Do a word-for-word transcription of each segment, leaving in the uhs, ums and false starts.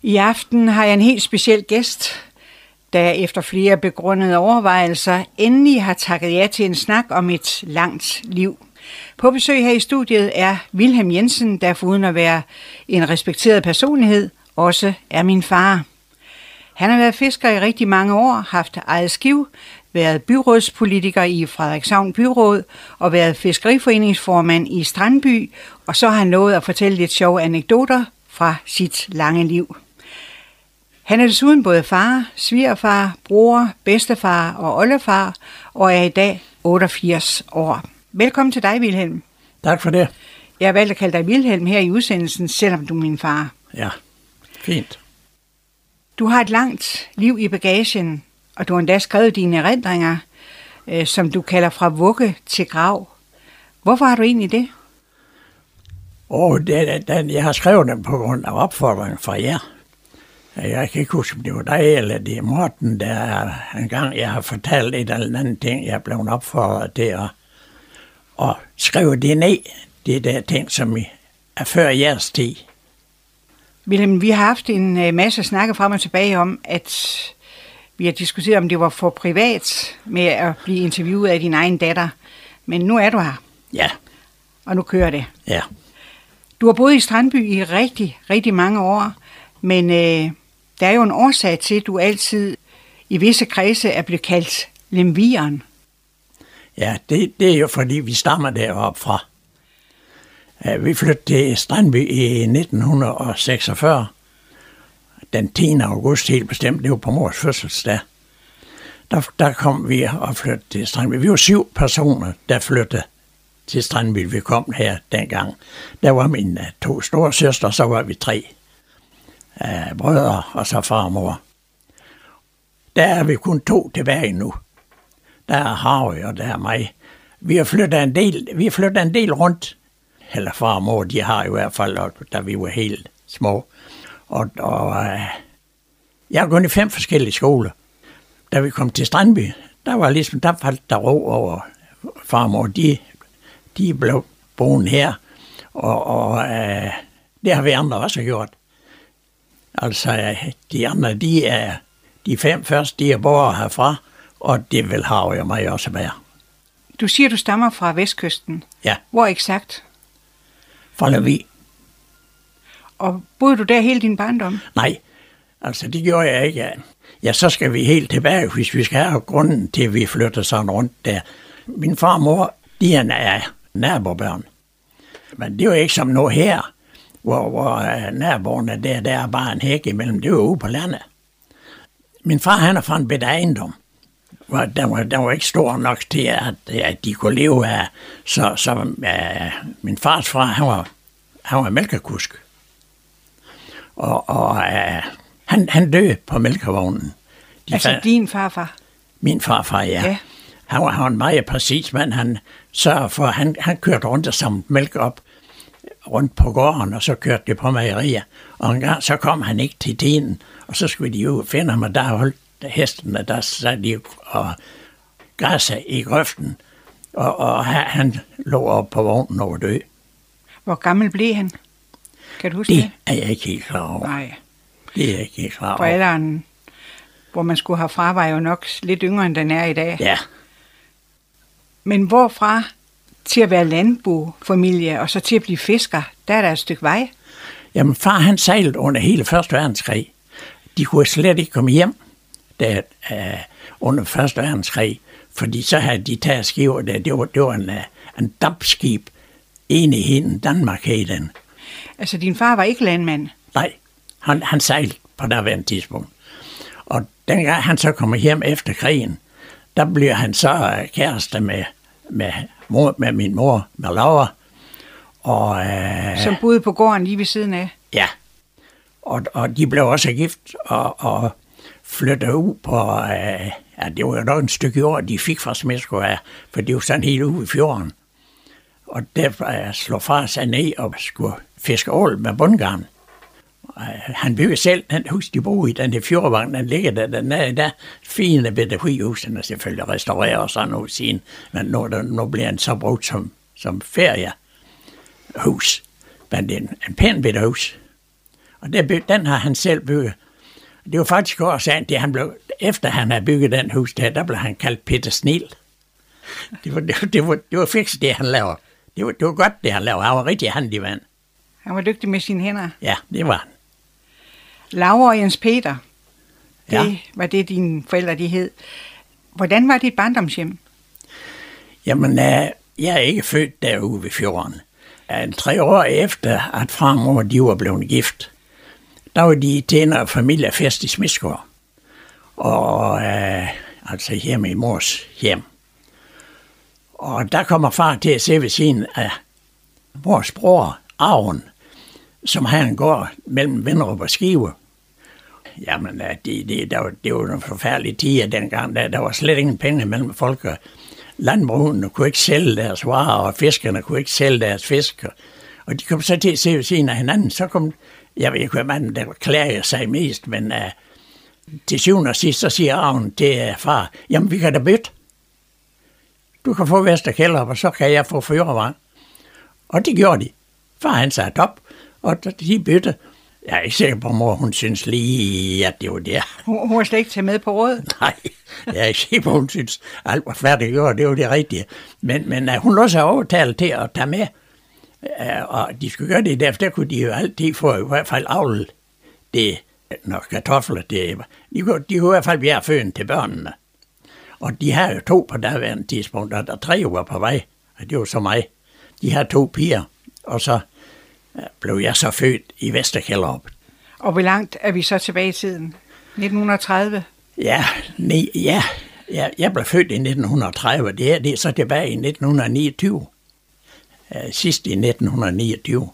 I aften har jeg en helt speciel gæst, der efter flere begrundede overvejelser endelig har takket ja til en snak om et langt liv. På besøg her i studiet er Wilhelm Jensen, der foruden at være en respekteret personlighed, også er min far. Han har været fisker i rigtig mange år, haft eget skiv, været byrådspolitiker i Frederikshavn Byråd og været fiskeriforeningsformand i Strandby, og så har han lovet at fortælle lidt sjove anekdoter fra sit lange liv. Han er desuden både far, svigerfar, bror, bedstefar og oldefar, og er i dag otteogfirs år. Velkommen til dig, Wilhelm. Tak for det. Jeg har valgt at kalde dig Wilhelm her i udsendelsen, selvom du er min far. Ja, fint. Du har et langt liv i bagagen, og du har endda skrevet dine erindringer, øh, som du kalder fra vugge til grav. Hvorfor har du egentlig det? Åh, det, det, jeg har skrevet dem på grund af opfordringen fra jer. Jeg kan ikke huske, om det var dig eller det er Morten, der en gang jeg har fortalt et eller andet ting, jeg er blevet opfordret til at, at skrive det ned. Det der ting, som er før jeres tid. Wilhelm, vi har haft en masse snakke frem og tilbage om, at vi har diskuteret, om det var for privat med at blive interviewet af din egen datter. Men nu er du her. Ja. Og nu kører det. Ja. Du har boet i Strandby i rigtig, rigtig mange år, men øh, der er jo en årsag til, at du altid i visse kredse er blevet kaldt lemvieren. Ja, det, det er jo fordi, vi stammer deroppe fra. Vi flyttede til Strandby i nitten seksogfyrre. Den tiende august helt bestemt, det var på mors fødselsdag. Der, der kom vi og flyttede til Strandby. Vi var syv personer, der flyttede til Strandby. Vi kom her dengang. Der var mine to store søstre, så var vi tre uh, brødre og så far og mor. Der er vi kun to tilbage nu. Der er Harry og der er mig. Vi har flyttet en del, vi har flyttet en del rundt. Eller far og mor, de har i hvert fald, da vi var helt små. Og, og uh, jeg har gået i fem forskellige skoler. Da vi kom til Strandby, der var ligesom, der faldt der ro over far og mor. De, de blev boende her, og, og uh, det har vi andre også gjort. Altså, de andre, de er, de fem første, de er borgere herfra, og det vil Harry og mig også være. Du siger, du stammer fra Vestkysten. Ja. Hvor eksakt? Fra Lemvig. Og boede du der hele din barndom? Nej, altså det gjorde jeg ikke. Ja, så skal vi helt tilbage, hvis vi skal have grunden til, at vi flytter sådan rundt der. Min far og mor, de er nabobørn. Men det var ikke som nu her, hvor, hvor naboerne der, der er bare en hæk imellem. Det var ude på landet. Min far, han er fra en bedre ejendom. Den var, den var ikke stor nok til, at, at de kunne leve af. Så, så uh, min fars far, han var, han var mælkekusk. Og, og uh, han, han døde på mælkevognen. De altså fandt, din farfar? Min farfar, ja. ja. Han var, han var en meget præcis mand. Han sørgede for, han, han kørte rundt og samlede mælk op rundt på gården, og så kørte det på mejerier. Og en gang så kom han ikke til tiden, og så skulle de jo finde ham, og der holdt hestene, der sad de og græsser i grøften, og, og han lå op på vognen og var død. Hvor gammel blev han? Kan du huske det? Det er jeg ikke helt klar over. Nej. Det er jeg ikke helt klar over. For alderen, hvor man skulle have fra, var jo nok lidt yngre, end den er i dag. Ja. Men hvorfra til at være landbofamilie, og så til at blive fisker, der er der et stykke vej. Jamen, far han sejlede under hele første verdenskrig. De kunne slet ikke komme hjem der, uh, under første verdenskrig, fordi så havde de taget skiver der. Det var, det var en, uh, en dampskib, en i hende, Danmark hed den. Altså, din far var ikke landmand? Nej, han, han sejlede på derværende tidspunkt. Og dengang han så kommer hjem efter krigen, der bliver han så uh, kæreste med, med, mor, med min mor, med Laura. Og, uh, som boede på gården lige ved siden af? Ja, og, og de blev også gift og, og flyttede ud på, uh, ja, det var jo nok en stykke jord, de fik fra Smedskov, for det var sådan helt ude i fjorden. Og der uh, slog far sig ned og skulle fiske ål med bundgarn. Uh, han byggede selv den hus, de boede i, den der fjordvang, den ligger der, den er der fine bedre hus, den er selvfølgelig restaureret og sådan noget siden, men nu, nu bliver den så brugt som, som feriehus. Men det er en, en pæn bedre hus. Og det, den har han selv bygget. Det var faktisk også sandt, det han blev, efter han havde bygget den hus der, der blev han kaldt Peter Snil. Det var, det, var, det, var, det var fikst det, han lavede. Det var, det var godt, det han lavede. Han var rigtig handig mand. Han var dygtig med sine hænder. Ja, det var han. Laura og Jens Peter, det Ja. var det, dine forældre de hed. Hvordan var dit barndomshjem? Jamen, øh, jeg er ikke født derude ved fjorden. Øh, tre år efter, at far og mor de var blevet gift, der var de til en familiefest i Smidsgaard. Og øh, altså hjemme i mors hjem. Og der kommer far til at se ved siden af mors bror, Arven, som havde en gård mellem Vinderup og Skive. Jamen, det, det, der var, det var nogle forfærdelige tider dengang. Der, der var slet ingen penge mellem folk, og landbrugene kunne ikke sælge deres varer, og fiskerne kunne ikke sælge deres fisk. Og de kom så til at se ved siden af hinanden. Så kom, jeg ved ikke, hvad manden der klager sig mest, men uh, til syvende og sidst, så siger Arven til uh, far, jamen, vi kan da bytte. Du kan få Vesterkælder, og så kan jeg få Førervang. Og det gjorde de. Far han satte op, og de bytte. Jeg er ikke sikker på, mor hun synes lige, at det var der. Hun, hun var slet ikke taget med på rådet. Nej, jeg er ikke sikker på, hun synes, alt var færdiggjort, det var det rigtige. Men, men uh, hun lå sig overtalt til at tage med, uh, og de skulle gøre det, derfor der kunne de jo altid få i hvert fald avlet det, når kartofler, det, de, kunne, de kunne i hvert fald bjerge føden til børnene. Og de har jo to på daværende tidspunkt, og der tre var på vej, og det var så mig. De har to piger, og så blev jeg så født i Vesterkælderup. Og hvor langt er vi så tilbage i tiden? nitten tredive? Ja, ne, ja, ja, jeg blev født i nitten tredive, det er, det er så tilbage i nitten niogtyve. Uh, sidst i nitten niogtyve.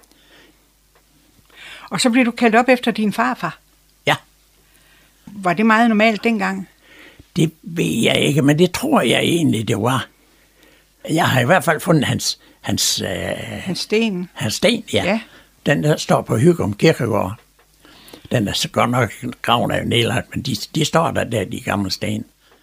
Og så blev du kaldt op efter din farfar? Ja. Var det meget normalt dengang? Det ved jeg ikke, men det tror jeg egentlig, det var. Jeg har i hvert fald fundet hans... Hans, øh, hans sten? Hans sten, ja. ja. Den der står på Hygum Kirkegård. Den er så godt nok, graven er jo nedlagt, men de, de står der, der, de gamle sten.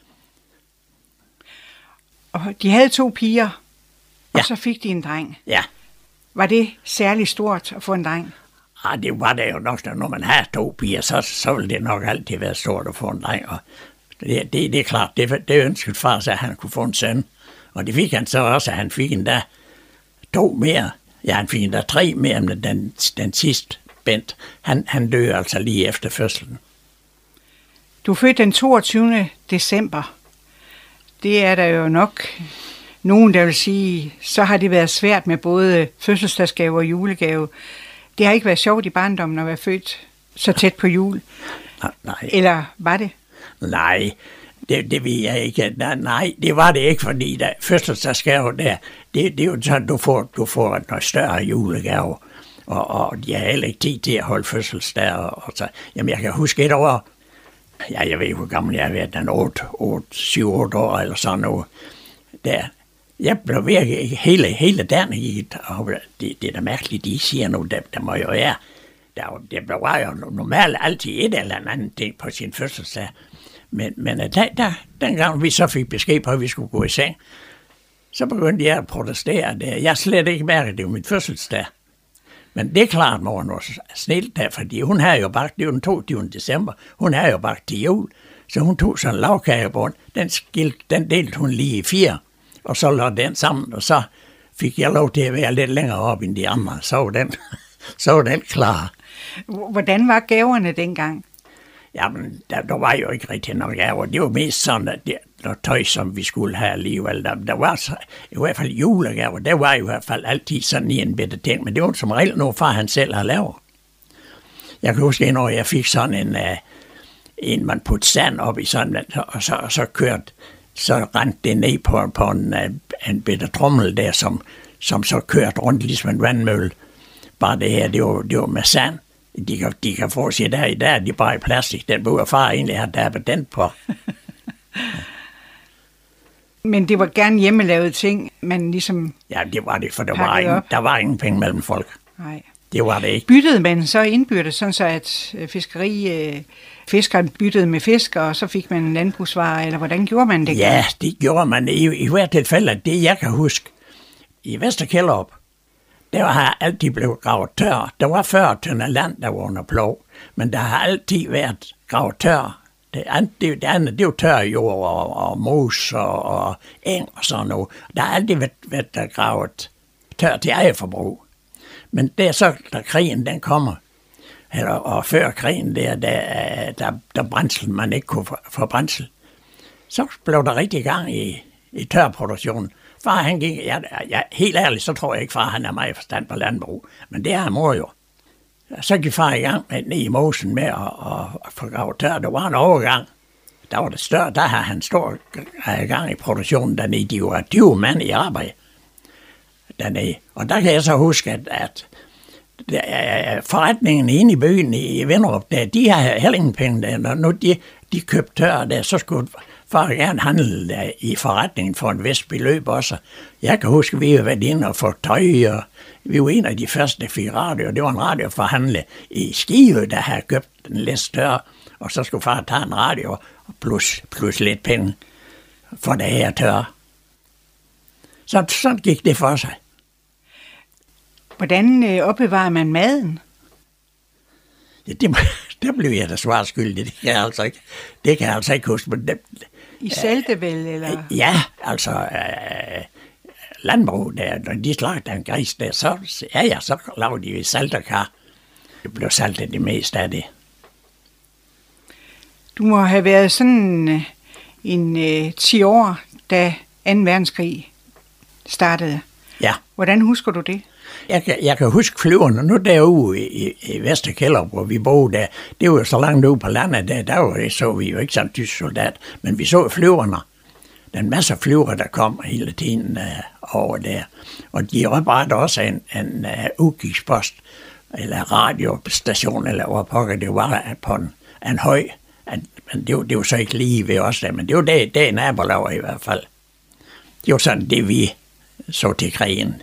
Og de havde to piger, og ja. Så fik de en dreng. Ja. Var det særligt stort at få en dreng? Ja, det var det jo nok, når man har to piger, så, så ville det nok altid være stort at få en dreng. Og det, det, det er klart, det, det ønskede far sig, at han kunne få en søn. Og det fik han så også, at han fik endda to mere. Ja, han fik endda tre mere, men den, den sidste, Bent, han, han døde altså lige efter fødslen. Du er født den toogtyvende december. Det er der jo nok nogen, der vil sige, så har det været svært med både fødselsdagsgave og julegave. Det har ikke været sjovt i barndommen at være født så tæt på jul. Nej. Eller var det? Nej, det, det ved jeg ikke. Nej, det var det ikke, fordi der, fødselsdagsgave der, det, det er jo sådan, du får, du får noget større julegave, og, og jeg har heller ikke tid til at holde fødselsdag. Og, og så, jamen, jeg kan huske et år, ja, jeg ved ikke, hvor gammel jeg har været, den otte, syv, otte år eller sådan noget, der. Jeg blev virkelig hele, hele dagen i og det, det er da mærkeligt, de siger nu, der, der må jo være. Der, det var jo normalt altid et eller andet ting på sin fødselsdag. Men, men der, der, dengang vi så fik besked på, at vi skulle gå i seng, så begyndte jeg at protestere. Jeg slet ikke mærket, at det var min fødselsdag. Men det er klart, mor var snilt der, fordi hun havde jo bagt, det var den toogtyvende december, hun havde jo bagt til jul, så hun tog sådan en lavkagebånd, den, skilt, den delte hun lige i fire, og så lå den sammen, og så fik jeg lov til at være lidt længere op end de andre, så var den, så var den klar. Hvordan var gaverne dengang? Jamen, der, der var jo ikke rigtig nogen gaver. Det var mest sådan, at det, noget tøj, som vi skulle have alligevel. Der, der var så, i hvert fald julegaver. Der var i hvert fald altid sådan i en bedre ting. Men det var som regel noget, far han selv havde lavet. Jeg kan huske, når jeg fik sådan en, uh, en man putte sand op i sådan, og så, og så kørte, så rendte det ned på, på en, uh, en bedre trommel der, som, som så kørte rundt ligesom en vandmølle. Bare det her, det var, det var med sand. De kan, de kan få sig der i dag, de bare i plastik. Den burde far egentlig have dabbet den på. Men det var gerne hjemmelavede ting, men ligesom... Ja, det var det, for der var, ingen, der var ingen penge mellem folk. Nej. Det var det ikke. Byttede man så indbyrdes, sådan så at fiskeri, fiskeren byttede med fisk, og så fik man landbrugsvarer, eller hvordan gjorde man det? Ja, det gjorde man i, i hvert tilfælde. Det jeg kan huske, i Vesterkælderup, der har altid blevet gravet tør. Der var fyrre tønder land, der var under plov, men der har altid været gravet tør. Det andet, det, det andet, det er jo tør jord og, og mos og, og eng og sådan noget. Der har altid været, været gravet tør til eget forbrug. Men det er så, da krigen den kommer, eller, og før krigen, der, der, der, der brændsel, man ikke kunne få, få brændsel, så blev der rigtig gang i, i tørproduktionen. Far, han gik, ja, ja, helt ærligt, så tror jeg ikke, far, han er meget forstand på landbrug, men det er mor jo. Så gik far i gang med ned i mosen med at, at, at få gravet tør. Der var en overgang. Der var det større, der har han stor gang i produktionen dernede. De var tyve mand i arbejde dernede. Og der kan jeg så huske, at, at forretningen inde i byen i Vinderup, der, de har heller ingen penge der. Når nu de, de købte tør der, så skulle far gerne handle der i forretningen for en vist beløb også. Jeg kan huske, at vi har været inde og fået tøj, og vi var en af de første, der fik radio. Det var en radioforhandler i Skive, der havde købt en lidt større, og så skulle far tage en radio plus, plus lidt penge for det her tør. Så sådan gik det for sig. Hvordan øh, opbevarer man maden? Ja, det, det blev jeg da svarskyldig. Det kan jeg altså ikke, det kan jeg altså ikke huske. Men det, I salte vel, eller? Ja, altså øh, landbrug, der, når de slagte en gris der, så, ja, ja, så lavede de salterkar. Det blev saltet det meste af det. Du må have været sådan en øh, ti år, da anden verdenskrig startede. Ja. Hvordan husker du det? Jeg kan, jeg kan huske flyverne, nu derude i, i Vesterkælder, hvor vi boede der, det var jo så langt ude på landet der, der var det, så vi jo ikke som tysk soldat, men vi så flyverne. Der er en masse flyver, der kom hele tiden uh, over der, og de oprettede også en, en uh, udkigspost, eller radiostation, eller hvor pokker det var på en, en høj, men det var, det var så ikke lige ved os der, men det var det, det nabolager i hvert fald. Det var sådan det, vi så til krigen.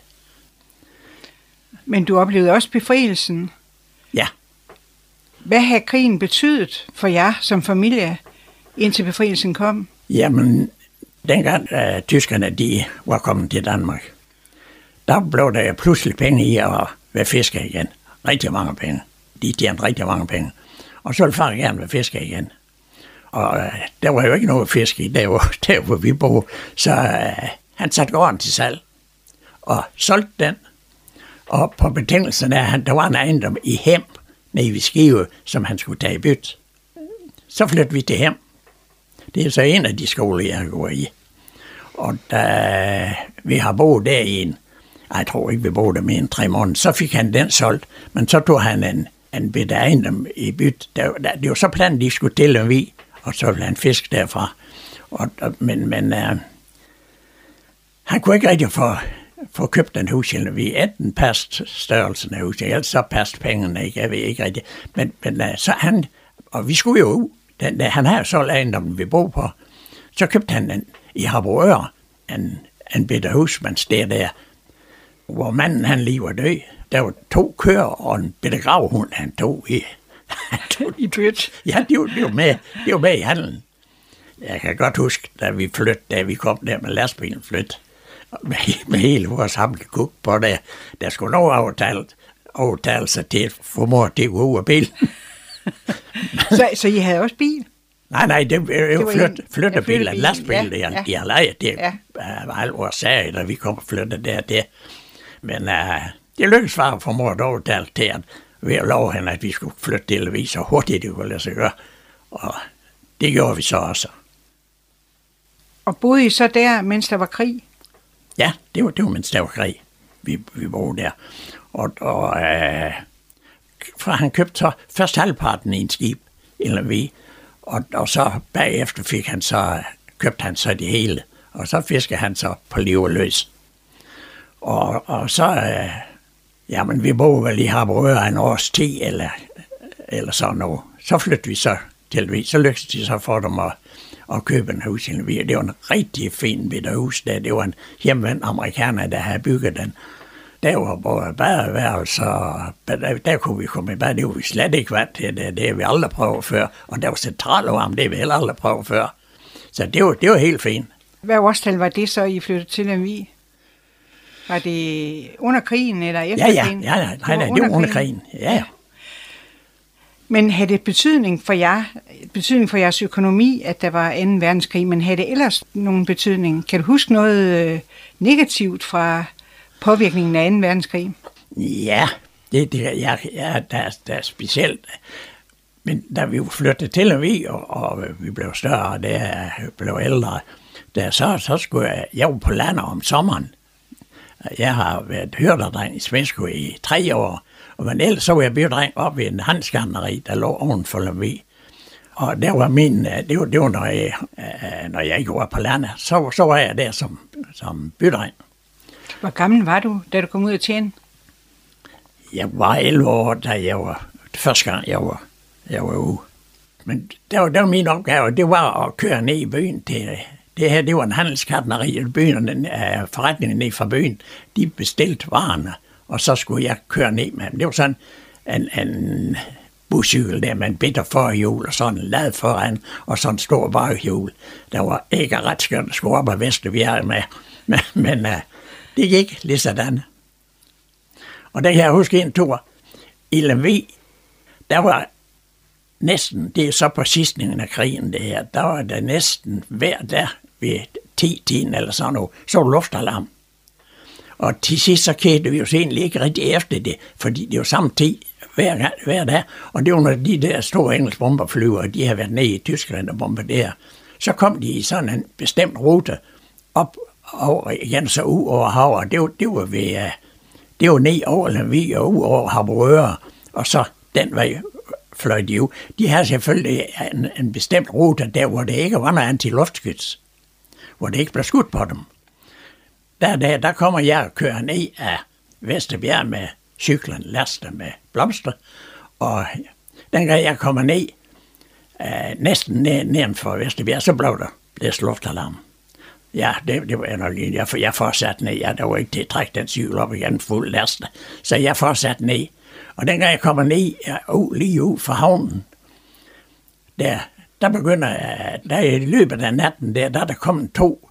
Men du oplevede også befrielsen. Ja. Hvad har krigen betydet for jer som familie, indtil befrielsen kom? Jamen, dengang uh, tyskerne de var kommet til Danmark, der blev der pludselig penge i at være fisker igen. Rigtig mange penge. De tjente rigtig mange penge. Og så ville far gerne være fisker igen. Og uh, der var jo ikke noget fisk i, der hvor, der hvor vi boede. Så uh, han satte gården til salg og solgte den. Og på betingelsen af, at der var en ejendom i Hem, nede ved Skive, som han skulle tage i byt. Så flyttede vi til Hem. Det er så en af de skoler, jeg går i. Og da vi har boet der i en, jeg tror ikke, vi boede der mere end tre måneder, så fik han den solgt. Men så tog han en, en bitte ejendom i byt. Der, der, det var så planen, de skulle til en vi, og så ville han fisk derfra. Og, men men uh, han kunne ikke rigtig få... for at købe den hushjælp. Vi enten passede størrelsen af hushjælp, ellers så passede pengene ikke, jeg ved ikke rigtigt. Men, men så han, og vi skulle jo ud, den, han havde så ejendommen, vi boede på, så købte han en, i Harboøre en, en bitte husmandssted der, hvor manden han lige var død. Der var to køer og en bitte gravhund, han tog i. Han tog i byt. Ja, det var, det, var med, det var med i handelen. Jeg kan godt huske, da vi flyttede, da vi kom der med lastbilen flyttede, Med, med hele vores samlede kuk på der. Der skulle nok overtalt, overtale sig til at få mor til at gå ud af bilen. så, så I havde også bil? Nej, nej, det var jo flyt, flyttebil og lastbil, ja, ja. de har lejet. Det ja. var alle vores sager, da vi kom og flyttede der der. Men uh, det lykkedes far for mor at overtale til, at vi havde lov hende, at vi skulle flytte til Vis, så hurtigt det kunne lade sig gøre. Og det gjorde vi så også. Og boede I så der, mens der var krig? Ja, det var, det var mens der var krig, vi, vi boede der. Og, og øh, for han købte så først halvparten i en skib, eller vi, og, og så bagefter fik han så, købte han så det hele, og så fiskede han så på liv og løs. Og, og så, øh, jamen vi boede vel i Harboøre en års tid, eller, eller sådan noget. Så flyttede vi så til vi, så lykkedes de så for dem at og købe en hus. Det var en rigtig fin bitte hus der. Det var en hjemvendt amerikaner, der havde bygget den. Der var både badeværelser, og der, der kunne vi komme i bad. Det var vi slet ikke vant til. Det, det har vi aldrig prøvet før. Og der var centralvarme, det har vi heller aldrig prøvet før. Så det var, det var helt fint. Hvad årstal var det så, I flyttede til Lemvig? Var det under krigen eller efter ja, ja, krigen? Ja, ja, nej, nej, det var under krigen. Ja, ja. Men havde det betydning for jer, betydning for jeres økonomi, at der var anden verdenskrig, men havde det ellers nogen betydning? Kan du huske noget øh, negativt fra påvirkningen af anden verdenskrig? Ja, det, det ja, ja, der, der er specielt. Men da vi flyttede til Lemvig, og, og vi blev større, og der blev ældre, der så, så skulle jeg, jeg var på landet om sommeren. Jeg har været hyrderdreng i Svensko i tre år, og men ellers så var jeg bydreng op i en handelsgartneri, der lå oven for Lemvig. Og der var min, det var, det var når, jeg, når jeg ikke var på landet, så, så var jeg der som, som bydreng. Hvor gammel var du, da du kom ud at tjene? Jeg var elleve år, da jeg var, første gang jeg var, jeg var ude. Men der var, der var min opgave, det var at køre ned i byen til, det her, det var en handelsgartneri i byen, den uh, forretningen ned fra byen, de bestilte varerne, og så skulle jeg køre ned med dem. Det var sådan en, en buscykel der med en bitter forhjul og sådan en lad foran, og sådan en stor baghjul. Der var ikke ret skønt at skulle op ad Vesterbjerg med, med, men uh, det gik lige sådan. Og der kan jeg huske en tur i Lemvig, der var næsten, det er så på sidstningen af krigen det her, der var der næsten hver dag ved ti-tiden eller sådan noget, så var luftalarm. Og til sidst så kædte vi jo egentlig ikke rigtig efter det, fordi det var samme tid hver, gang, hver dag, og det var når de der store engelske bomberflyver, de havde været nede i Tyskland og bombarderet, så kom de i sådan en bestemt rute op over igen så ud over havet, det var, det var ved, det var ned over Lemvig og ud over Harboøre, og så den vej fløj de ud. De havde selvfølgelig en, en bestemt rute der, hvor det ikke var noget antiluftskyts, hvor det ikke blev skudt på dem. Der, der, der kommer jeg og kører ned af Vesterbjerg med cyklen lastet med blomster, og dengang jeg kommer ned, øh, næsten ned, ned for Vesterbjerg, så blev der blæst luftalarm. Ja, det, det var jeg nok lige. Jeg, jeg fortsatte ned. Ja, der var ikke til at trække den cykel op igen fuld lastet, så jeg fortsatte ned. Og dengang jeg kommer ned, jeg, uh, lige ud fra havnen, der, der begynder, der i løbet af natten, der, der er der kommet to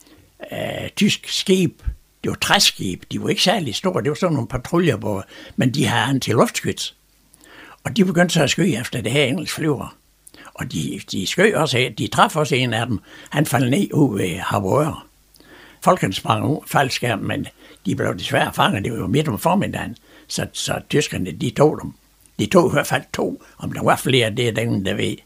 uh, tysk skib. Det var træskib, de var ikke særlig store, det var sådan nogle patruljebåde, men de har antiluftskyts. Og de begyndte så at skyde efter det her engelsk flyver. Og de, de skød også, de traf også en af dem. Han faldt ned ud ved Harboøre. Folkene sprang ud faldskærm, men de blev desværre fanget. Det var jo midt om formiddagen. Så, så tyskerne, de tog dem. De tog i hvert fald to. Om der var flere, det er dem, der ved.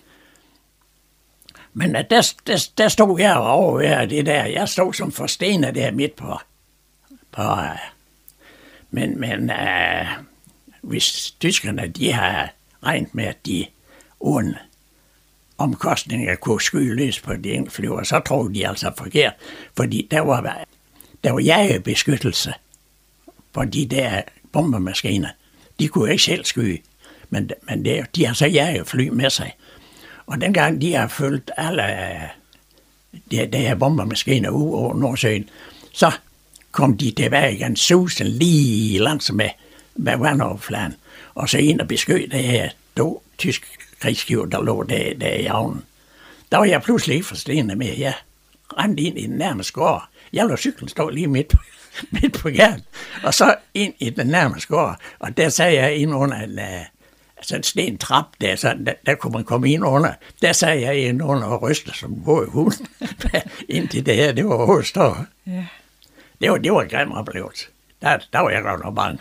Men der, der, der stod jeg over ved det der. Jeg stod som forstenet der midt på. på men men uh, hvis tyskerne, de har regnet med, at de uden omkostninger kunne skyde løs på de enkelte flyver, så tror de altså forkert, fordi der var, der var jagerbeskyttelse på de der bombermaskiner. De kunne ikke selv skyde, men, men det, de har så jagerfly med sig. Og dengang de har følt alle de, de her bombermaskiner ud over Nordsøen, så kom de tilbage igen, susen lige langt med, med vandoverfladen, og så ind og beskød det her to tysk krigsskib, der lå der, der i havnen. Der var jeg pludselig ikke forstenet med. Jeg rendte ind i den nærmeste gård. Jeg lå cyklen stå lige midt på, midt på gaden, og så ind i den nærmeste gård, og der sagde jeg ind under en, altså en sten trap, der, sådan, der, der kunne man komme ind under. Der sagde jeg ind under og ryste som gå i hunden. Indtil det her, det var overstået. Ja. Det var, det var en grim oplevelse. Der, der var jeg godt nok bange.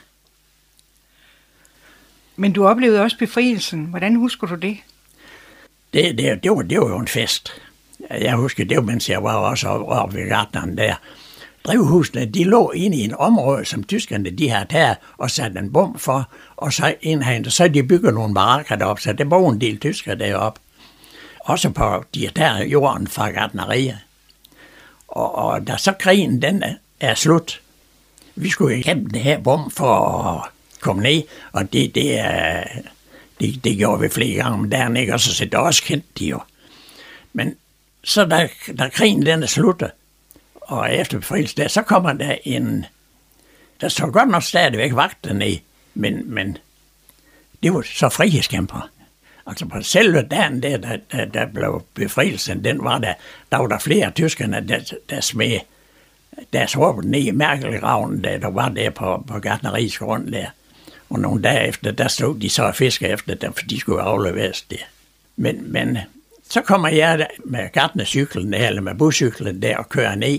Men du oplevede også befrielsen. Hvordan husker du det? Det, det, det, var, det var jo en fest. Jeg husker det, mens jeg var også oppe ved gartneren der. Drivhusene, de lå inde i en område, som tyskerne de havde taget og sat en bom for, og så indhegnet, så de bygget nogle barakker deroppe, så det var en del tyskere deroppe. Også på de der jorden fra gartnerier. Og, og da så krigen den er slut, vi skulle igennem det her bom for at komme ned, og det, det, er, det, det gjorde vi flere gange om dagen, ikke? Og så det også kendte de jo. Men så da, da krigen den er sluttet, og efter befrielsen der, så kommer der en, der står godt nok stadigvæk vagt dernede, men, men det var så frihedskæmper. Altså på selve dagen der, der, der, der blev befrielsen, den var der, der var der flere tyskerne, der, der smed der så ned i Mærkelgraven, der, der var der på, på gartneriets grund der. Og nogle dage efter, der stod de så og fiskede efter dem, for de skulle afleveres der. Men, men så kommer jeg med gartnercyklen der, eller med buscyklen der, og kører ned.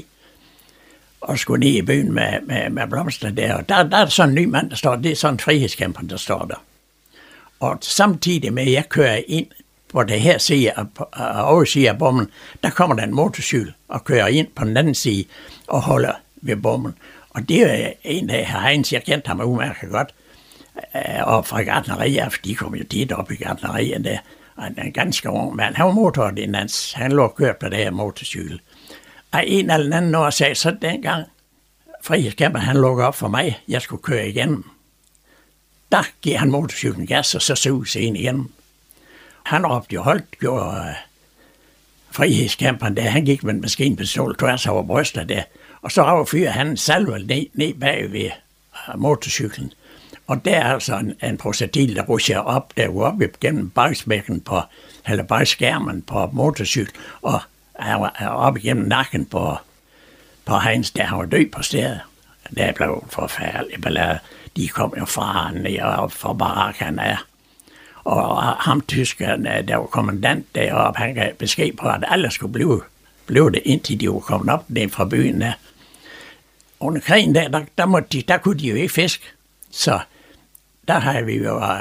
Og skulle ned i byen med, med, med blomster der. Og der, der er sådan en ny mand, der står, det er sådan en frihedskæmper, der står der. Og samtidig med, at jeg kører ind på det her side af overside af bommen, der kommer der en motorcykel og kører ind på den anden side og holder ved bommen. Og det er en af Heinz, jeg kendte ham udmærket godt, og fra gartnerier, for de kom jo dit op i gartnerier der. Og han er en ganske ung mand. Han var motorordinans. Han lå kørt på det her motorcykel. Og en eller anden år sagde så dengang, frihedskæmper, han lukker op for mig, jeg skulle køre igennem. Der giver han motorcyklen gas, og så suges en igennem. Han råbte jo holdt, gjorde uh, frihedskæmperen der. Han gik med en maskinpistol tværs over brystet der. Og så affyrer han en salve ned, ned bag ved uh, motorcyklen. Og der er altså en, en projektil, der rusher op, der går op igennem bagsmækken på, eller bagskærmen på motorcykel, og er op igennem nakken på, på Heinz, der han var død på stedet. Der blev forfærdeligt ballade. De kom jo fra ned op for barakken af. Og ham tyskeren, der var kommandant deroppe, han gav besked på, at alle skulle blive, blive det, indtil de var kommet op ned fra byen af. Under krigen der, der, der, måtte de, der kunne de jo ikke fiske. Så der havde vi jo øh,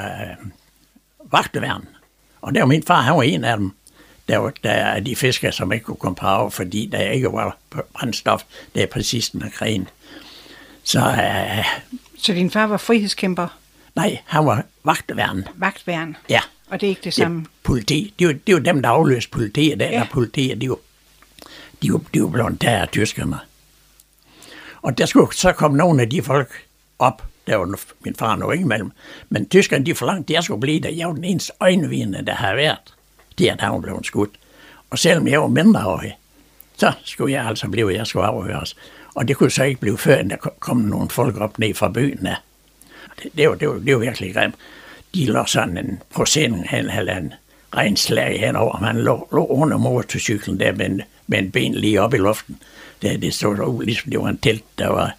vagteværn. Og der var min far, han var en af dem. Der var der de fiskere, som ikke kunne komme på hav, fordi der ikke var brændstof. Det er præcis den af krigen. Så, øh, Så din far var frihedskæmper? Nej, han var vagteværn. Vagtværn? Ja. Og det er ikke det samme? Det politi. Det var, det var dem, der afløste politiet. Der, ja. der politiet, de var, de var, de var blevet der af tyskerne. Og der skulle så komme nogle af de folk op. Der var min far nu ikke imellem. Men tyskerne, de forlangte, at jeg skulle blive der. Jeg var den eneste øjenvidne, der havde været. De er der var blevet skudt. Og selvom jeg var mindreårig, så skulle jeg altså blive, jeg skulle afhøres. Og det kunne så ikke blive før, end der kom nogle folk op ned fra byen. Det, det, var, det, var, det var virkelig grimt. De lå sådan en procent, han havde en regnslag henover. Man lå, lå under motorcyklen der med en, med en ben lige op i luften. Det, det stod der ligesom det var en telt, der var...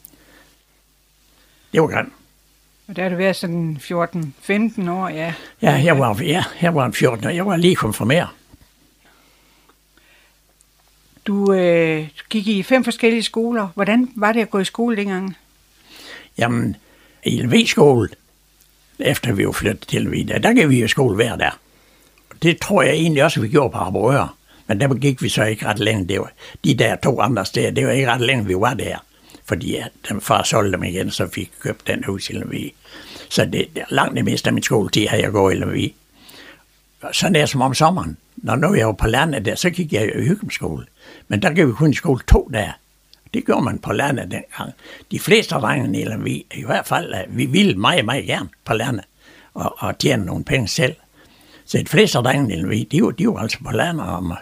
Det var grimt. Og der er du været sådan fjorten femten år, ja. Ja, jeg var, ja, jeg var en fjorten år. Jeg var lige konfirmeret. Du øh, gik i fem forskellige skoler. Hvordan var det at gå i skole dengang? Jamen, i L V-skole, efter vi var flyttet til L V, der, der gik vi i skole hver dag. Det tror jeg egentlig også, vi gjorde på Harboøre. Men der gik vi så ikke ret længe. Det var, de der to andre steder, det var ikke ret længe, vi var der. Fordi ja, den far solgte dem igen, så fik jeg købt den hus i L V. Så det, langt det meste af min skoletid havde jeg gået i L V. Sådan er som om sommeren. Når nu jeg var på landet der, så gik jeg i Hyggemskole. Men der gik vi kun i skole to dage. Det gjorde man på landet dengang. De fleste drengene i L V, i hvert fald, vi ville meget, meget gerne på landet og, og tjene nogle penge selv. Så de fleste drengene i L V, de var, de var altså på landet om,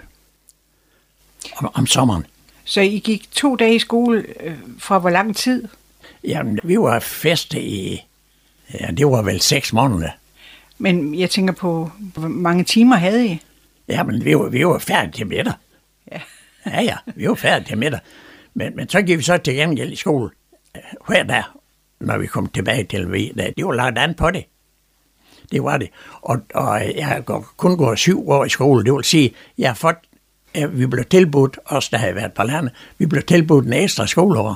om, om sommeren. Så I gik to dage i skole øh, fra hvor lang tid? Jamen, vi var feste i, ja, det var vel seks måneder. Men jeg tænker på, hvor mange timer havde I? Jamen, vi var, vi var færdige til middag. Ja. Ja, ja, vi var færdige til middag. Men, men så gik vi så til gengæld i skole hver dag, når vi kom tilbage til L V. Det var lagt an på det. Det var det. Og, og jeg har kun gået syv år i skole. Det vil sige, jeg har fået, vi blev tilbudt, os der havde været på landet, vi blev tilbudt en ekstra skoleår.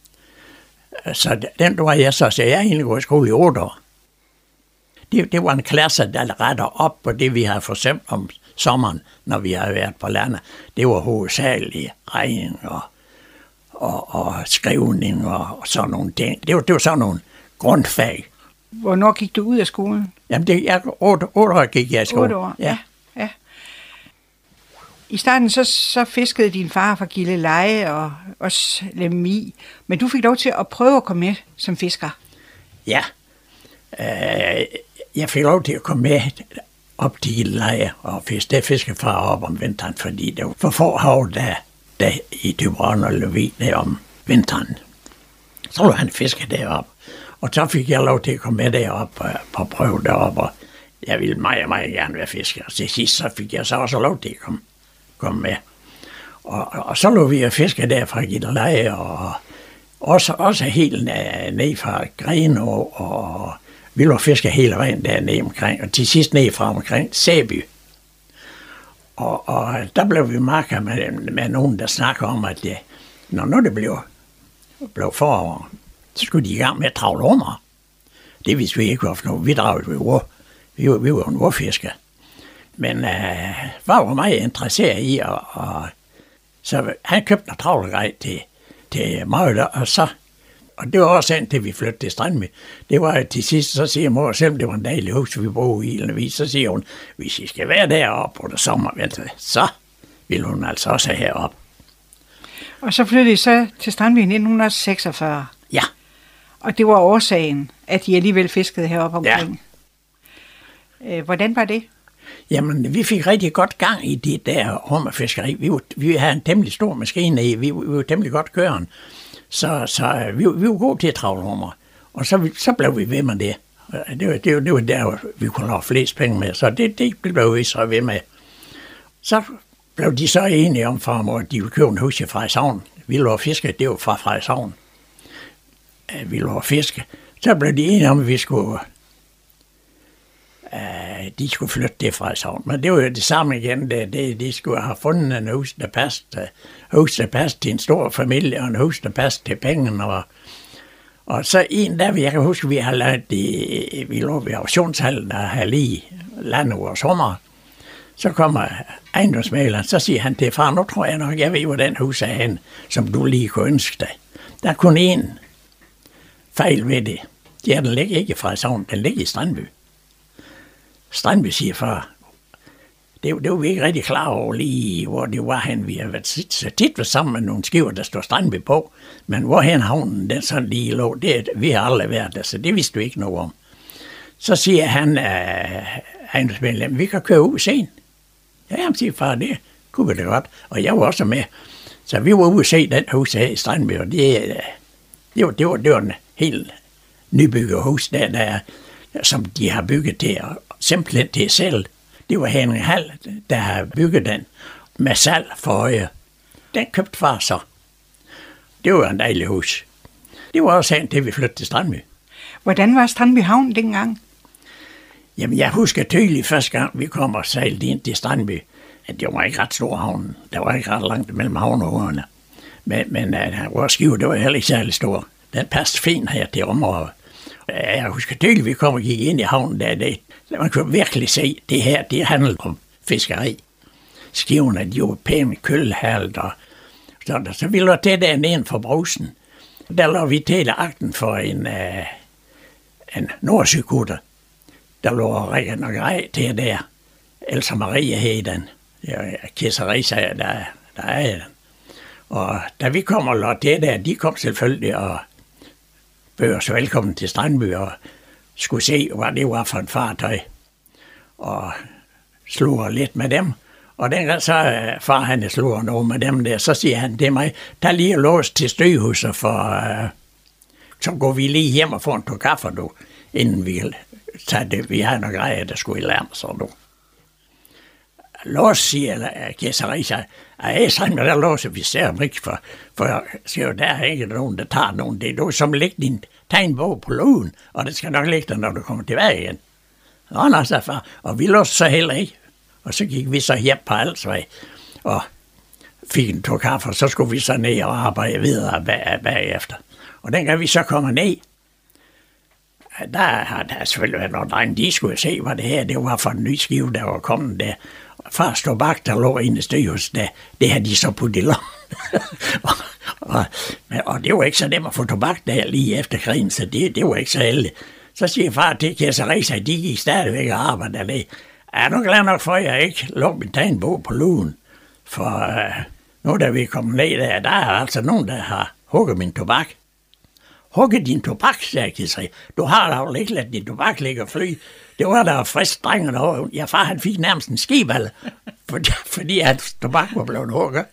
Så den var jeg så, så jeg har egentlig gået i skole i otte år. Det, det var en klasse, der retter op på det, vi havde forsømt om sommeren, når vi havde været på landet. Det var hovedsageligt regning og, og, og skrivning og, og sådan nogle ting. Det var, det var sådan nogle grundfag. Hvornår gik du ud af skolen? Jamen, det, jeg, otte, otte år gik jeg i skole. Otte år, ja. ja. ja. I starten så, så fiskede din far fra Gilleleje og også Lemvig, men du fik lov til at prøve at komme med som fisker. Ja, øh, jeg fik lov til at komme med op til Gilleleje og fiske. Der fiskede far op om vinteren, fordi det var for få hav der, der i Thyborøn og Lemvig der om vinteren. Så var han fiske deroppe. Og så fik jeg lov til at komme med derop på, på prøve deroppe, og jeg ville meget, meget gerne være fisker. Og til sidst så fik jeg så også lov til at komme, komme med. Og, og så lå vi og fiske der fra Gilleleje, og også, også helt ned fra Grenå, og vi lå fiske hele vejen dernede omkring, og til sidst ned fra omkring Sæby. Og, og der blev vi market med, med nogen, der snakker om, at det, når nu det blev, blev forår, så skulle de i gang med at travle under. Det vidste vi ikke, hvorfor vi dragede ved ord. Vi var, vi var en ordfisker. Men øh, var jo meget interesseret i, og, og så han købte en travlegrej til, til mig, og så, og det var også sådan, til vi flyttede til Strandby. Det var til sidst, så siger mor, selvom det var en dejlig hus, vi boede i, eller vi, så siger hun, hvis I skal være deroppe på det sommervinter, så vil hun altså også have heroppe. Og så flyttede I så til Strandby i nitten seksogfyrre. Ja. Og det var årsagen, at I alligevel fiskede heroppe omkring. Ja. Hvordan var det? Jamen, vi fik rigtig godt gang i det der hummerfiskeri. Vi, vi havde en temmelig stor maskine i, vi, vi var temmelig godt kørende. Så, så vi, vi var gode til at travle hummer. Og så, så blev vi ved med det. Det var, det var, det var der, vi kunne have flest penge med, så det, det blev vi så ved med. Så blev de så enige om, farmor, at de ville købe en hus i Frederikshavn. Vi lå fiske, det var fra Frederikshavn. Vi lå fiske. Så blev de enige om, at vi skulle... Uh, de skulle flytte det fra Frederikshavn. Men det var jo det samme igen. Det, det, de skulle have fundet en hus, der passede, hus, der passede til en stor familie, og en hus, der passede til pengene. Og, og så en dag, jeg kan huske, vi har lavet det, vi lå ved auktionshallen, der har lige landet vores sommer. Så kommer ejendomsmæleren, så siger han til far, nu tror jeg nok, jeg ved, hvor den hus er hen, som du lige kunne ønske dig. Der er kun én fejl ved det. Det er, den ligger ikke i Frederikshavn, den ligger i Strandby. Strandby siger far, det, det var vi ikke rigtig klar over lige, hvor det var hen. Vi har været tit, så tit været sammen med nogle skiver, der står Strandby på, men hvorhen havnen den sådan lige lå, det, vi har aldrig været der, så det vidste vi ikke noget om. Så siger han, ejendomsmedlem, vi kan køre ud sen. Ja, han siger far, det kunne vi da godt, og jeg var også med. Så vi var ude og se den hus her i Strandby, og det, det, var, det, var, det var en helt nybygget hus, der, der, som de har bygget til, og simpelthen til selv. Det var Henrik Hall, der har bygget den med salg for øje. Den købte far så. Det var en dejlig hus. Det var også hen til, vi flyttede til Strandby. Hvordan var Strandby Havn dengang? Jamen, jeg husker tydeligt første gang, vi kom og sejlede ind til Strandby, at det var ikke ret stor havn. Der var ikke ret langt mellem havn og årene. Men, men uh, vores skive, det var heller ikke særlig stor. Den passede fint her til området. Jeg husker tydeligt, at vi kom og gik ind i havnen der i dag. Man kunne virkelig se, at det her, det handlede om fiskeri. Skiverne, de var pæne kølhaldt og sådan. Så vi lå til dernede for brusen. Der lå vi til akten for en, uh, en nordsøkutter. Der lå Rikke og Grej til der. Elsa Maria hed den. Kisserisa, der, der er den. Og da vi kom og lå til der, de kom selvfølgelig og bød os velkommen til Strandby og skulle se, hvad det var for en fartøj. Og slog lidt med dem. Og dengang så far han slog noget med dem der, så siger han til mig, der lige lås til støghuset, for uh, så går vi lige hjem og får en tog kaffe, du, inden vi tager det. Vi har nogle grejer, der skulle i lærme, så du. Lås, siger Kæsserisa, at sådan der låser vi ser ikke, for, for siger, der er ikke nogen, der tager nogen. Det er du, som lægger din tegnbog på lågen, og det skal nok ligge der, når du kommer tilbage igen. Nå, nå, så far. Og vi låste så heller ikke. Og så gik vi så hjem på Alsvej, og fik en tog kaffe, og så skulle vi så ned og arbejde videre bag, bagefter. Og dengang vi så kommer ned, der har der selvfølgelig været nogle drenge, de skulle se, hvad det her det var for en ny skive, der var kommet der. Far stod bak, der lå inde i støjhus, der, det havde de så puttet i lommen. og, og, og det var ikke så nemt at få tobak der lige efter krigen, så det, det var ikke så heldigt. Så siger far til Kæsserisa, de gik stadigvæk og arbejde dernede. Jeg er nu glad nok for, at jeg ikke lå min tegnbog på lugen. For uh, nu da vi kom ned der, der er altså nogen, der har hugget min tobak. Hugget din tobak, sagde Kæsserisa. Du har da jo ikke ladet din tobak ligge og fly. Det var der frisk drengen over. Ja, far han fik nærmest en skiballe, fordi, fordi at tobak var blevet hugget.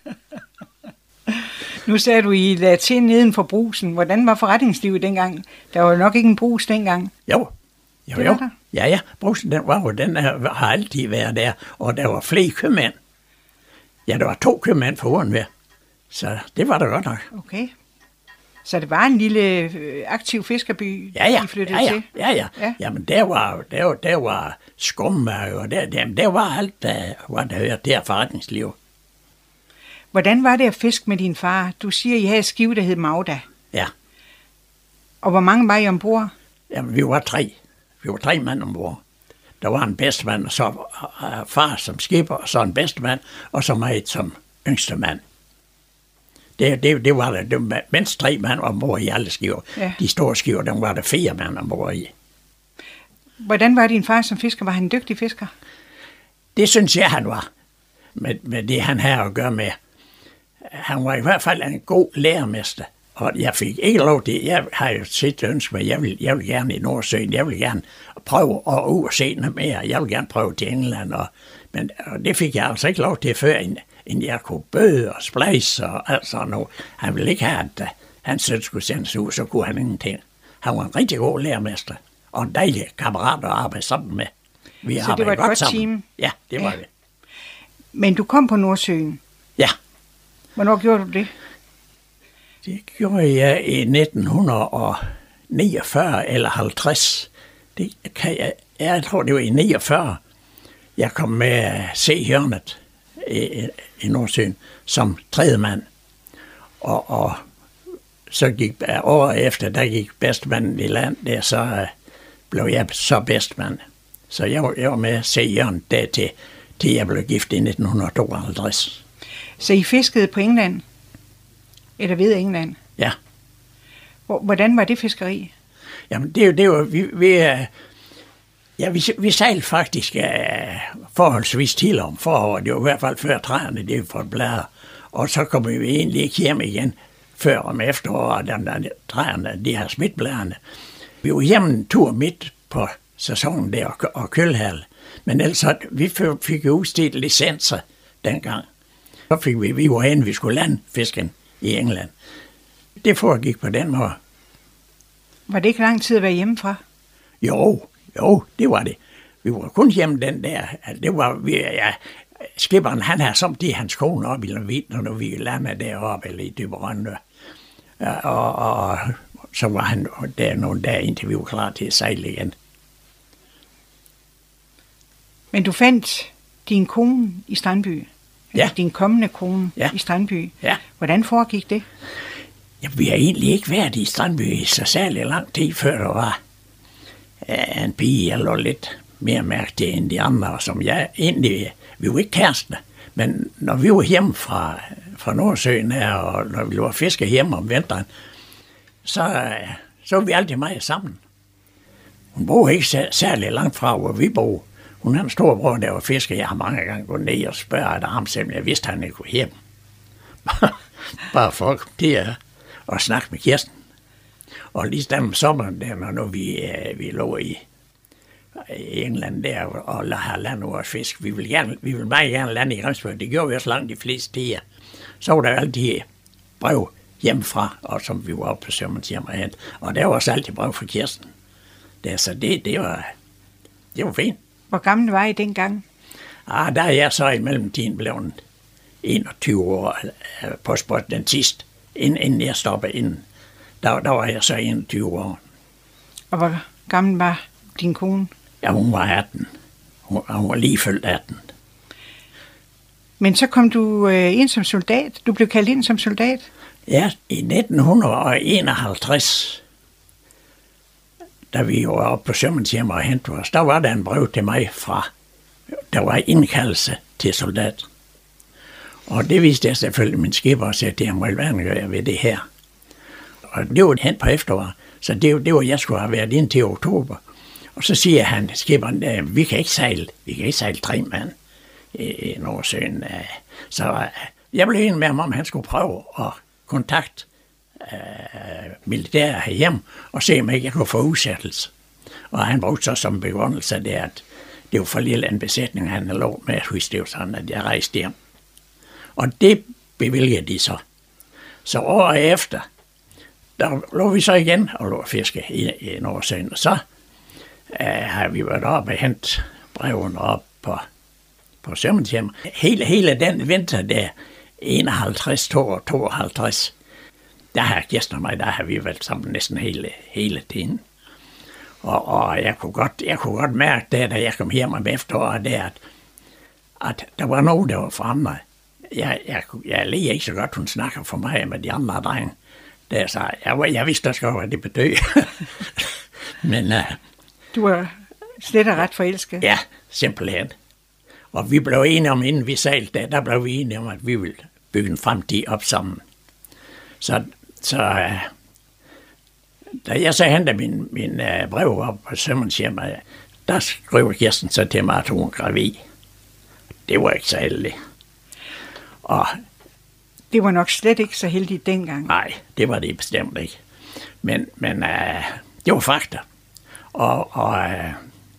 Nu sagde du, I lagde til neden for brusen. Hvordan var forretningslivet dengang? Der var jo nok ikke en brus dengang. Jo, jo, jo. Ja, ja, brusen den var jo, den har altid været der, og der var flere købmænd. Ja, der var to købmænd for Urenvær, så det var der godt nok. Okay. Så det var en lille øh, aktiv fiskerby, ja, ja. I flyttede ja, ja. til? Ja, ja. ja. Jamen, der var, der, var, der var skummærker, og der, der, der var alt, der var der hørte der forretningsliv. Hvordan var det at fiske med din far? Du siger, I havde et skib, der hed Magda. Ja. Og hvor mange var I ombord? Jamen, vi var tre. Vi var tre mand ombord. Der var en bedstemand, og så uh, far som skipper, og så en bedstemand, og så mig som yngste mand. Det, det, det var der. Det var mindst tre mand ombord i alle skiver. Ja. De store skiver, dem var der fire mand ombord i. Hvordan var din far som fisker? Var han en dygtig fisker? Det synes jeg, han var. Med, med det, han havde at gøre med. Han var i hvert fald en god lærermester. Og jeg fik ikke lov til, jeg har jo set ønske mig, jeg vil, jeg vil gerne i Nordsøen, jeg vil gerne prøve at ud og se noget mere, jeg vil gerne prøve til England, og, men og det fik jeg altså ikke lov til før, end, end jeg kunne bøde og splejse og alt sådan noget. Han ville ikke have, at han selv skulle sendes ud, så kunne han ingenting. Han var en rigtig god lærermester, og en dejlig kammerat at arbejde sammen med. Vi så det var et godt sammen. Team? Ja, det var ja. det. Men du kom på Nordsøen? Ja. Hvornår gjorde du det? Det gjorde jeg i nitten niogfyrre eller halvtreds. Det kan jeg, jeg tror, det var i niogfyrre. Jeg kom med C-hjørnet i, i Nordsøen som tredje mand. Og, og så gik året efter, der gik bedstmanden i land, der så blev jeg så bedstmand. Så jeg var, jeg var med C-hjørnet der til, til jeg blev gift i nitten tooghalvtreds. Så I fiskede på England? Eller ved England? Ja. Hvordan var det fiskeri? Jamen, det, det var, vi, vi, ja, vi, vi sejlede faktisk uh, forholdsvis til om foråret. Det var i hvert fald før træerne, det var for blære. Og så kom vi egentlig ikke hjem igen før om efteråret, da der træerne, de her smitblærerne. Vi var hjemme en tur midt på sæsonen der og, og kølhal. Men ellers vi fik jo udstedt licenser dengang. Så fik vi, vi var hen, vi skulle lande fisken i England. Det foregik på den måde. Var det ikke lang tid at være hjemmefra? Jo, jo, det var det. Vi var kun hjemme den der. Det var, vi, ja, skipperen, han havde samtidig hans kone op i Lavit, når vi landede deroppe, eller i Dyberønne. Ja, og, og så var han der nogle dage, indtil vi var klar til at sejle igen. Men du fandt din kone i Strandby? Ja. Din kommende kone ja. i Strandby. Ja. Hvordan foregik det? Ja, vi har egentlig ikke været i Strandby i så særlig lang tid, før der var uh, en pige, jeg lå lidt mere mærke til end de andre, som jeg egentlig, vi var ikke kærester, men når vi var hjemme fra, fra Nordsøen her, og når vi var fisker hjemme om vinteren, så, så var vi altid meget sammen. Hun boede ikke særlig langt fra, hvor vi boede. Hun havde en stor bror, der var fisker. Jeg har mange gange gået ned og spørget ham, selvom jeg vidste, at han ikke kunne hjem. Bare for at komme til at snakke med Kirsten. Og lige der om sommeren, der, når vi, vi lå i, i England der og havde landet vores fisk, vi ville, gerne, vi ville meget gerne lande i Grimsbø. Det gjorde vi også langt de fleste tider. Så var der altid brev hjemmefra, og som vi var oppe på Sømmerens hjem og hen. Og der var også altid brev fra Kirsten. Der, så det, det, var, det var fint. Hvor gammel var I dengang? Ah, der er jeg så i mellemtiden blevet enogtyve år på sport den sidste, inden, inden jeg stoppede inden. Der, der var jeg så enogtyve år. Og hvor gammel var din kone? Ja, hun var atten. Hun, hun var lige fyldt atten. Men så kom du øh, ind som soldat. Du blev kaldt ind som soldat? Ja, i nitten enoghalvtreds, da vi var oppe på Sømmerens hjem og hentede os, der var der en brev til mig fra, der var indkaldelse til soldat. Og det viste jeg selvfølgelig min skipper og sagde, at jeg må gerne gøre ved det her. Og det var hen på efteråret, så det, det var, jeg skulle have været ind til oktober. Og så siger han, skipperen, vi kan ikke sejle, vi kan ikke sejle tre mand i Nordsøen. Så jeg blev enig med ham om, han skulle prøve at kontakte Uh, militære herhjemme og se, om ikke jeg kunne få udsættelse. Og han brugte så som begrundelse af det, at det var for lille en besætning, han havde lov med, hvis det var sådan, at jeg rejste hjem. Og det bevilgede de så. Så året efter, der lå vi så igen og lå og fiske i, i Nordsøen. Og så uh, har vi været oppe og hentet brevene op på på Sømmenshjem. Hele, hele den vinter der, enoghalvtreds, tooghalvtreds, der har Kirsten og mig, der har vi været sammen næsten hele, hele tiden. Og, og jeg, kunne godt, jeg kunne godt mærke der, da jeg kom hjem om efteråret, der, at, at der var nogen, der var fremme. Jeg, jeg, jeg læger ikke så godt, hun snakker for mig med de andre drenge. Der så jeg, jeg vidste også godt, hvad det betød. Men, uh, du var slet og ret forelsket? Ja, simpelthen. Og vi blev enige om, inden vi sejlte der, der blev vi enige om, at vi ville bygge en fremtid op sammen. Så, så uh, da jeg så hentede min, min uh, brev op på Sømmenshjem, uh, der skrev Kirsten så til mig, at hun var gravid. Det var ikke så heldigt. Og det var nok slet ikke så heldigt dengang. Nej, det var det bestemt ikke. Men, men uh, det var fakta. Og, og uh,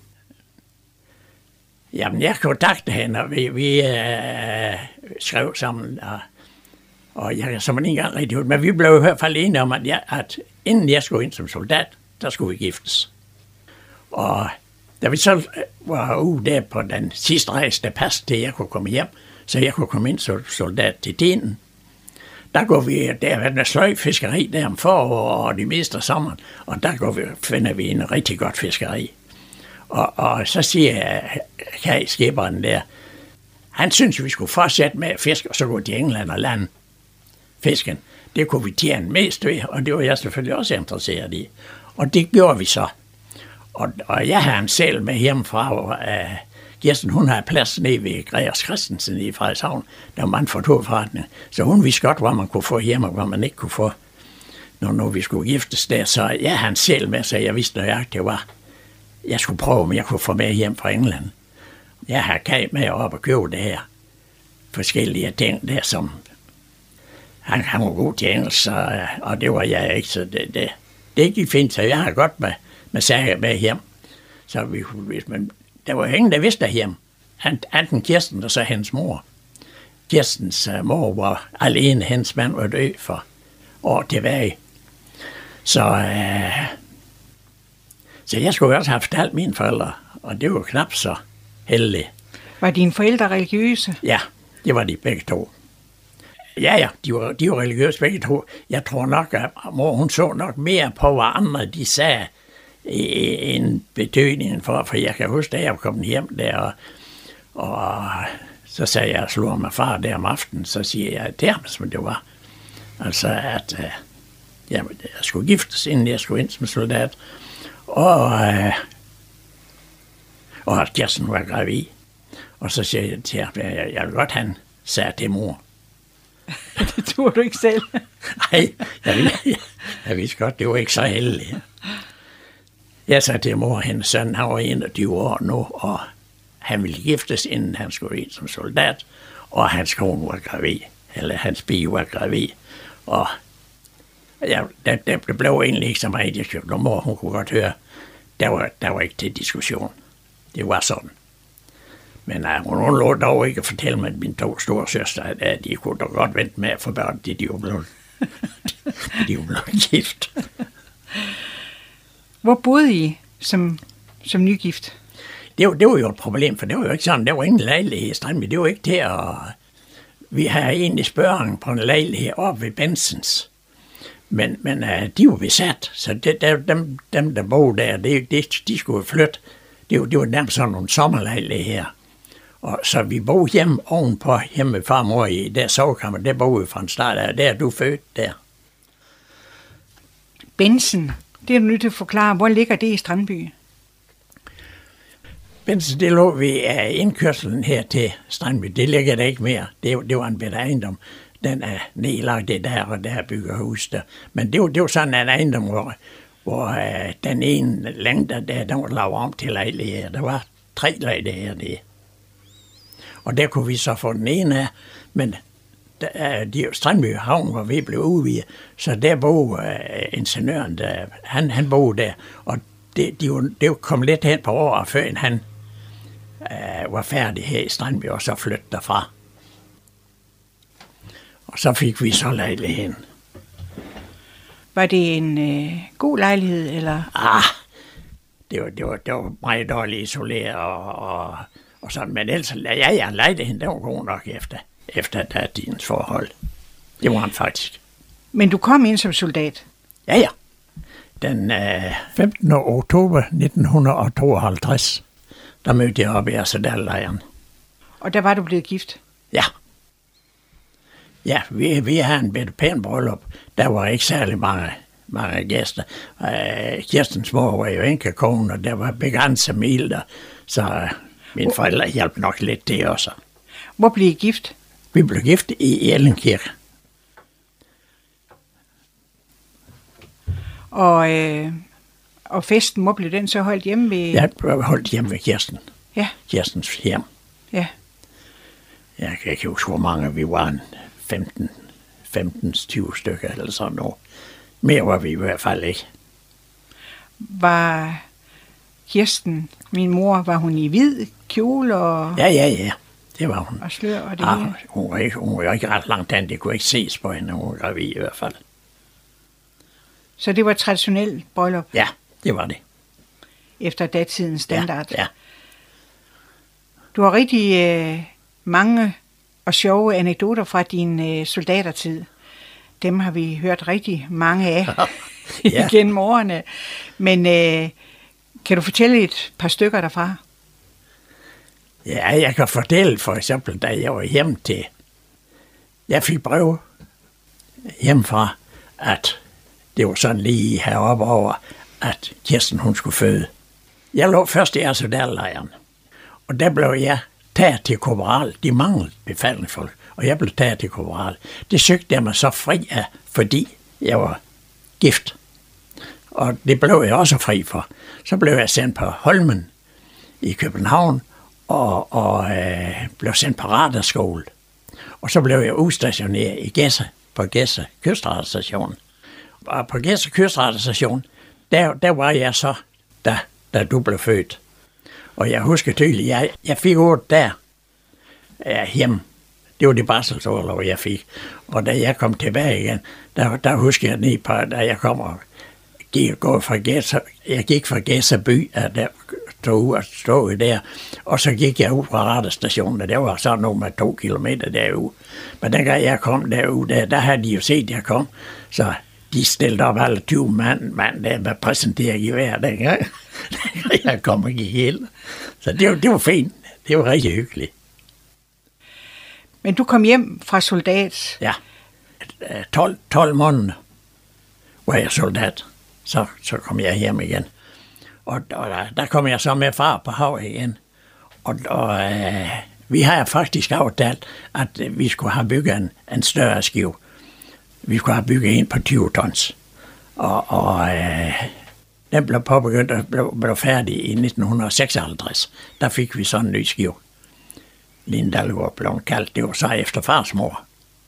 jamen, jeg kontaktede hende, og vi, vi uh, skrev sammen, og, og jeg som en gang rigtig ud. Men vi blev i hvert fald enige om, at, jeg, at inden jeg skulle ind som soldat, der skulle vi giftes. Og da vi så var ude der på den sidste rejse, der passede til, at jeg kunne komme hjem, så jeg kunne komme ind som soldat til Tinden. Der går vi, der har været sløjfiskeri der om forår og de meste af sommeren, og der går vi, finder vi en rigtig godt fiskeri. Og, og så siger jeg, Kaj, skiberen der, han synes, vi skulle fortsætte med at fiske, og så gå til England og lande fisken. Det kunne vi tjene mest ved, og det var jeg selvfølgelig også interesseret i. Og det gjorde vi så. Og, og jeg har en selv med hjemmefra, og uh, Kirsten, hun har plads nede ved Gregers Christensen i Frederikshavn, der var man for to forretninger. Så hun vidste godt, hvad man kunne få hjemme, og hvad man ikke kunne få, når, når vi skulle giftes der. Så jeg har en selv med, så jeg vidste nøjagtigt, det var, jeg skulle prøve, om jeg kunne få med hjem fra England. Jeg har Kaj med op og købe det her forskellige ting der, som han, han var god til engelsk, så, og det var jeg ikke, så det, det, det gik fint, så jeg har godt med, med sager med hjem. Så vi, men der var ingen, der vidste derhjemme. Enten Kirsten og så hendes mor. Kirstens uh, mor var alene, hendes mand var død for år tilbage. Så, uh, så jeg skulle også have fortalt mine forældre, og det var knap så heldigt. Var dine forældre religiøse? Ja, det var de begge to. Ja, ja, de var, de var religiøse begge to. Jeg tror nok, at mor hun så nok mere på, hvad andre de sagde, en betydning for, for jeg kan huske, da jeg kom hjem der, og, og så sagde jeg, slår mig far der om aftenen, så siger jeg, det er som det var. Altså, at uh, jeg, jeg skulle giftes, inden jeg skulle ind som soldat, og, uh, og at Kirsten var gravid. Og så siger jeg til ham, jeg, jeg vil godt, han sagde til mor. Det turde du ikke selv. Nej, jeg, jeg, jeg, jeg vidste godt, det var ikke så heldigt. Jeg sagde til mor, hendes søn, han var enogtyve år nu, og han ville giftes, inden han skulle ind som soldat, og hans kone var gravid, eller hans pige var gravid. Og ja, det, det blev egentlig ikke så meget diskussion, og mor, hun kunne godt høre, der var, der var ikke til diskussion. Det var sådan. Men uh, hun lå dog ikke at fortælle mig, at mine to store søstre, at de kunne da godt vente med at få børn, de, de var blevet, de var blevet gift. Hvor boede I som, som nygift? Det var, det var jo et problem, for det var jo ikke sådan, der var ingen lejlighed i Strandby. Det var ikke til at... Vi havde egentlig spørgsmål på en lejlighed oppe ved Bensens. Men, men uh, de var besat, så det, der, dem, dem, der boede der, det, det, de skulle flytte. Det var, det var nærmest sådan nogle sommerlejligheder her. Og så vi boede hjemme ovenpå, hjemme med farmor i der sovekammer, der boede vi fra en start af. Der er du født der. Bensen, det er du nødt til at forklare. Hvor ligger det i Strandby? Bensen, det lå ved uh, indkørselen her til Strandby. Det ligger der ikke mere. Det, det var en bedre ejendom. Den er nedlagt det der, og der bygger hus der. Men det var, det var sådan en ejendom, hvor, hvor uh, den ene længde der, den var lavet om til lejligheder. Der var tre lejligheder der. Og der kunne vi så få den ene af, men der, de, Strandby Havn var ved at blive udvidet, så der boede uh, ingeniøren, der, han, han boede der, og det, de var, det kom lidt hen på år, før han uh, var færdig her i Strandby, og så flyttede derfra. Og så fik vi så lejligheden. Var det en øh, god lejlighed, eller? Ah, det var, det var, det var meget dårligt isoleret, og, og, Og sådan, men ellers, ja, jeg lejede hende, der var god nok efter, efter datidens forhold. Det var han faktisk. Men du kom ind som soldat? Ja, ja. Den øh, femtende oktober nitten tooghalvtreds, der mødte jeg op i Arsedal-lejren. Og der var du blevet gift? Ja. Ja, vi, vi havde en bedre pæn bryllup. Der var ikke særlig mange, mange gæster. Øh, Kirstens mor var jo enkekone, og der var begrænset milder, så øh, mine forældre hjalp nok lidt det også. Hvor blev I gift? Vi blev gift i Ellenkirke. Og, øh, og festen, hvor blev den så holdt hjemme ved? Jeg blev holdt hjemme ved Kirsten. Ja. Kirstens hjem. Ja. Jeg kan ikke huske, hvor mange vi var. femten, femten til tyve stykker eller sådan noget. Mere var vi i hvert fald ikke. Var Kirsten, min mor, var hun i hvid kjole og... Ja, ja, ja. Det var hun. Og slør og det ah, hele. Hun var ikke, hun var ikke ret langt an. Det kunne ikke ses på hende. Hun var gravid i hvert fald. Så det var traditionelt bryllup? Ja, det var det. Efter datidens standard? Ja, ja. Du har rigtig øh, mange og sjove anekdoter fra din øh, soldatertid. Dem har vi hørt rigtig mange af Ja. gennem årene. Men øh, kan du fortælle et par stykker derfra? Ja, jeg kan fortælle for eksempel, da jeg var hjemme til... Jeg fik brev hjemmefra, at det var sådan lige heroppe over, at Kirsten hun skulle føde. Jeg lå først i Arsedal-lejren, og der blev jeg taget til korporal. De manglede befalingsfolk, og jeg blev taget til korporal. Det søgte jeg mig så fri af, fordi jeg var gift. Og det blev jeg også fri for. Så blev jeg sendt på Holmen i København, og, og øh, blev sendt på radarskole. Og så blev jeg udstationeret i Gedser, på Gedser kystradarstation. Og på Gedser kystradarstation, der, der var jeg så, da, da du blev født. Og jeg husker tydeligt, jeg, jeg fik otte der ja, hjemme. Det var det barselsorlov, jeg fik. Og da jeg kom tilbage igen, der, der husker jeg ned på, da jeg kom og gik, fra Gedser, jeg gik fra Gedser by, der stod ud og stod der, og så gik jeg ud fra radarstationen, og der var så noget med to kilometer derude. Men dengang jeg kom derude, der, der havde de jo set, at jeg kom, så de stillede op alle tyve mand, mand der med præsenteret gevær dengang. Jeg kom og gik helt. Så det var, det var fint. Det var rigtig hyggeligt. Men du kom hjem fra soldat? Ja. tolv, tolv måneder var jeg soldat. Så, så kom jeg hjem igen. Og, og der, der kom jeg så med far på havet igen. Og, og øh, vi har faktisk aftalt, at vi skulle have bygget en, en større skive. Vi skulle have bygget en på tyve tons. Og, og øh, den blev påbegyndt og blev, blev færdig i nitten seksoghalvtreds. Der fik vi sådan en ny skive. Lindalgaard blev kaldt. Det var så efter fars mor.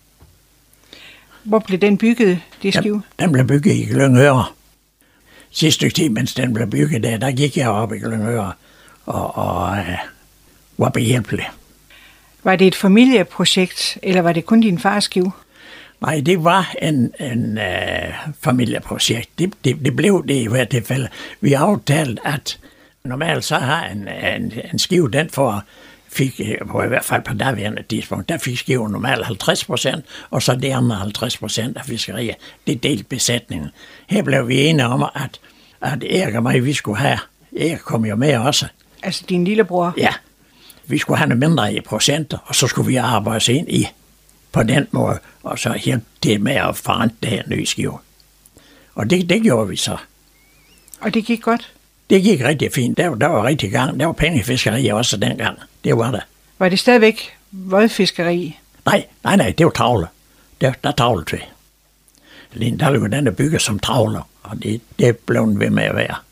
Hvor blev den bygget, det skive? Den, den blev bygget i Glyngøre. Sidste stykke tid, mens den blev bygget der, der gik jeg op i Glyngøre og, og øh, var behjælpelig. Var det et familieprojekt, eller var det kun din fars skive? Nej, det var en, en øh, familieprojekt. Det, det, det blev det i hvert tilfælde. Vi aftalte, at normalt så har en, en, en skive, den for fik, på i hvert fald på daværende tidspunkt, der fik skiven normalt halvtreds procent, og så det andre halvtreds procent af fiskeriet. Det delte besætningen. Her blev vi enige om, at, at Erik og mig, vi skulle have, Erik kom jo med også. Altså din lillebror? Ja. Vi skulle have noget mindre i procenter, og så skulle vi arbejde os ind i på den måde, og så hjælpe det med at forrente det her nye skive. Og det, det gjorde vi så. Og det gik godt? Det gik rigtig fint. Der, der var rigtig gang. Der var penge i fiskeri også dengang. Det var der. Var det stadigvæk vodfiskeri? Nej, nej, nej, det var travler. Der, der travlede vi. Lindalgaard, den er bygget som travler, og det, det blev den ved med at være.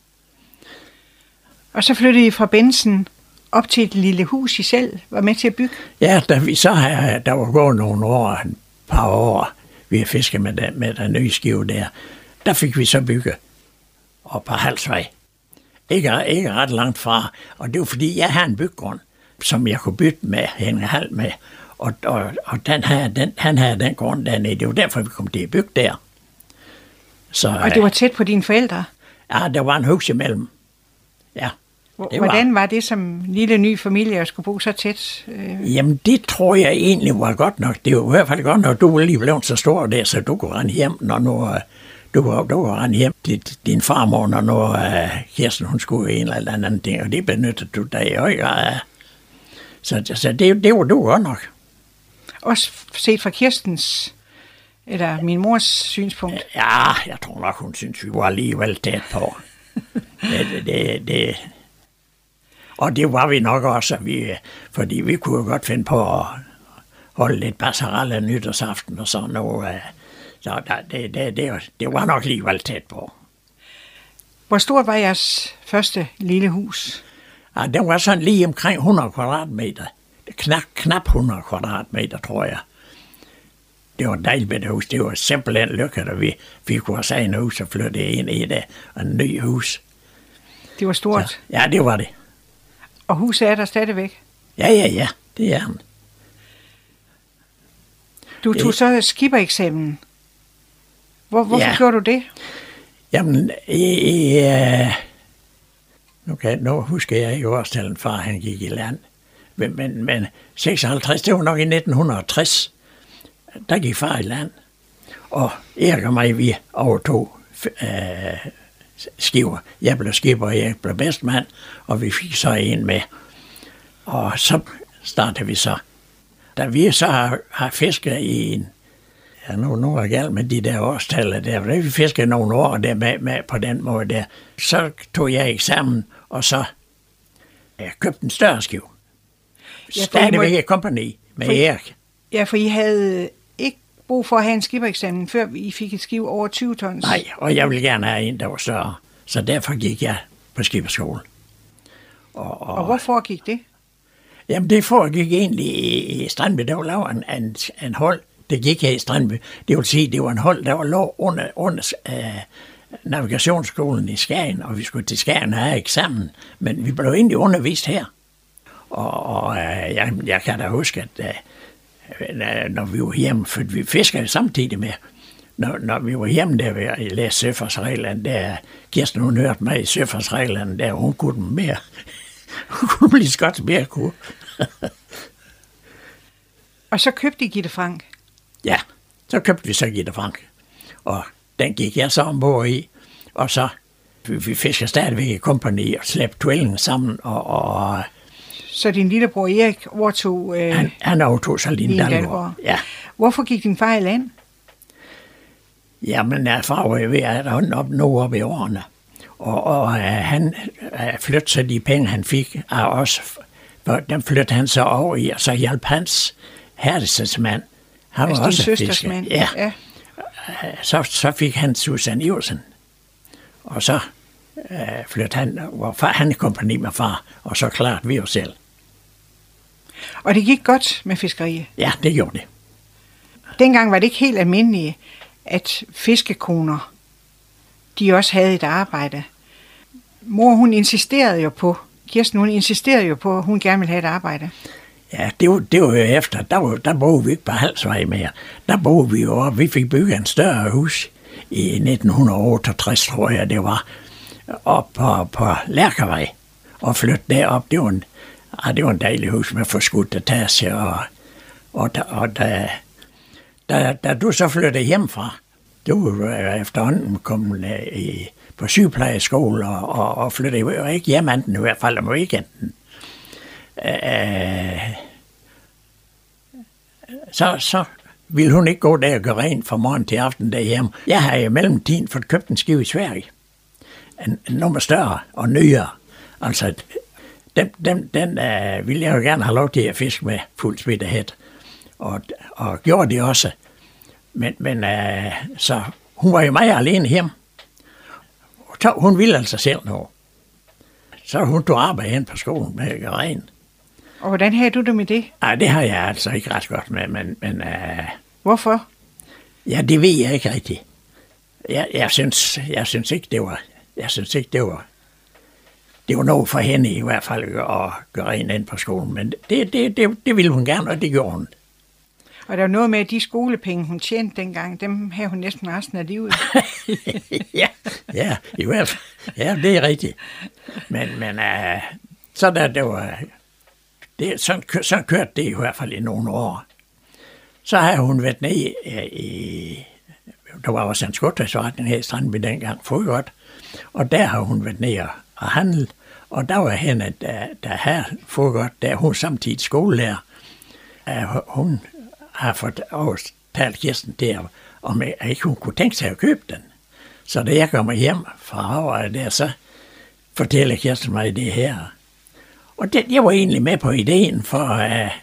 Og så flyttede I fra Bensen op til et lille hus, I selv var med til at bygge? Ja, da vi så har, der var gået nogle år, et par år, vi har fisket med den, med den nye skive der, der fik vi så bygget op på Halsvej. Ikke, ikke ret langt fra, og det var fordi, jeg havde en byggrund, som jeg kunne bytte med, hænge halv med, og, og, og den her, den, han havde den grund dernede. Det var derfor, vi kom til at bygge der. Så, og det var tæt på dine forældre? Ja, der var en hus imellem. Ja. Det Hvordan var... var det som lille ny familie at skulle bo så tæt? Jamen, det tror jeg egentlig var godt nok. Det var i hvert fald godt nok, du var lige blevet så stor der, så du kunne rende hjem, når nu... Du kunne, du kunne rende hjem til din farmor, når nu uh, Kirsten hun skulle en eller anden ting, og det benyttede du dig i høj grad. Så, så det, det var du godt nok. Også set fra Kirstens, eller min mors synspunkt? Ja, jeg tror nok, hun synes, vi var alligevel tæt på. det, det, det. Og det var vi nok også, vi, fordi vi kunne jo godt finde på at holde lidt passerelle nytårsaften og sådan noget. Så det, det, det, det var nok alligevel tæt på. Hvor stort var jeres første lille hus? Ja, det var sådan lige omkring hundrede kvadratmeter. Knap, knap hundrede kvadratmeter, tror jeg. Det var et dejligt hus. Det var simpelthen lykket, at vi fik vores egen hus og flyttede ind i det, en ny hus. Det var stort? Så, ja, det var det. Og huset er der stadigvæk? Ja, ja, ja. Det er han. Du tog det... så skippereksamen. Hvor, hvorfor ja. gjorde du det? Jamen, øh, nu, kan, nu husker jeg ikke årstallet, far han gik i land. Men, men, men seksoghalvtreds, det var nok i nitten tres, der gik far i land. Og Erik og mig, vi overtog øh, skiver. Jeg blev skipper, og Erik blev bedstmand, og vi fik så en med. Og så startede vi så. Da vi så har, har fisket i en, ja, nu, nu er jeg galt med de der årstallet der, da vi fiskede nogle år der med, med på den måde der, så tog jeg eksamen, og så jeg købte en større skive. Ja, stadigvæk må... et kompagni med for... Erik. Ja, for I havde ikke brug for at have en skippereksamen, før I fik et skive over tyve tons. Nej, og jeg ville gerne have en, der var større. Så derfor gik jeg på skipperskole. Og, og... og hvorfor gik det? Jamen, det foregik egentlig i Strandby. Der var lavet en, en, en hold, det gik her i Strandby. Det vil sige, det var en hold, der var lå under, under uh, navigationsskolen i Skagen, og vi skulle til Skagen have eksamen. Men vi blev egentlig undervist her. Og, og uh, jeg, jeg kan da huske, at uh, når vi var hjemme, for vi fiskede samtidig med, når, når vi var hjemme der ved at læse søfartsreglerne, der Kirsten hun hørte mig i søfartsreglerne, der hun kunne dem mere. Hun kunne blive så godt mere kunne. Og så købte I Gitte Frank? Ja, så købte vi så Gitte Frank. Og den gik jeg så ombord i. Og så vi, vi fisker stadigvæk i kompagni og slæbte tvillingen sammen. Og, og, så din lillebror Erik overtog... Øh, han, han overtog så Line Dalgaard. Ja. Hvorfor gik din far i land? Jamen, far var jo ved at hånden op nu op i årene. Og, og uh, han uh, flyttede så de penge, han fik af os, for dem flyttede han så over i, og så hjalp hans herresmand. Han var altså også fisker. Ja. ja. Uh, så, så fik han Susan Iversen. Og så uh, flyttede han, hvor far, han i kompagni med far, og så klart vi os selv. Og det gik godt med fiskeriet? Ja, det gjorde det. Dengang var det ikke helt almindeligt, at fiskekoner, de også havde et arbejde. Mor, hun insisterede jo på, Kirsten, hun insisterede jo på, at hun gerne ville have et arbejde. Ja, det var, det var jo efter, der, var, der boede vi ikke på Halsvej mere. Der boede vi jo, og vi fik bygget en større hus i nitten otteogtres, tror jeg det var, op på, på Lærkervej, og flytte derop. Det var en, ah, det var en dejlig hus med forskudt etage, og, og, og da, da, da du så flyttede hjemmefra, du var efterhånden kommet i, på sygeplejeskole og, og, og flyttede jo ikke hjem anden, i hvert fald om weekenden. Øh, så, så ville hun ikke gå der og gøre rent fra morgen til aften derhjemme. Jeg har i mellemtiden fået købt en skive i Sverige. En, en nummer større og nyere. Altså, den, den, den øh, ville jeg jo gerne have lov til at fiske med fuld smittehed. Og, og gjorde det også. Men, men øh, så hun var jo meget alene hjemme. Så hun ville altså selv noget. Så hun tog arbejde hen på skolen med at gøre rent. Og hvordan havde du det med det? Nej, det har jeg altså ikke ret godt med, men... men øh, hvorfor? Ja, det ved jeg ikke rigtigt. Jeg, jeg, synes, jeg synes ikke, det var... Jeg synes ikke, det var... Det var noget for hende i hvert fald at gøre rent ind på skolen, men det, det, det, det ville hun gerne, og det gjorde hun. Og der var noget med, at de skolepenge, hun tjente dengang, dem havde hun næsten resten af livet. ja, ja, i hvert fald. Ja, det er rigtigt. Men, men uh, så der, det var, det, sådan, sådan kørte det i hvert fald i nogle år. Så har hun været ned i, i der var også en skotøjsforretning her i Strandby dengang, Fodgodt, og der har hun været ned og, og handlet, og der var hende, der, der her Fodgodt, der hun samtidig skolelærer, uh, hun har fået overtalt Kirsten der, om jeg ikke hun kunne tænke sig at købe den. Så da jeg kommer hjem fra arbejde der, så fortæller Kirsten mig det her. Og det, jeg var egentlig med på ideen, for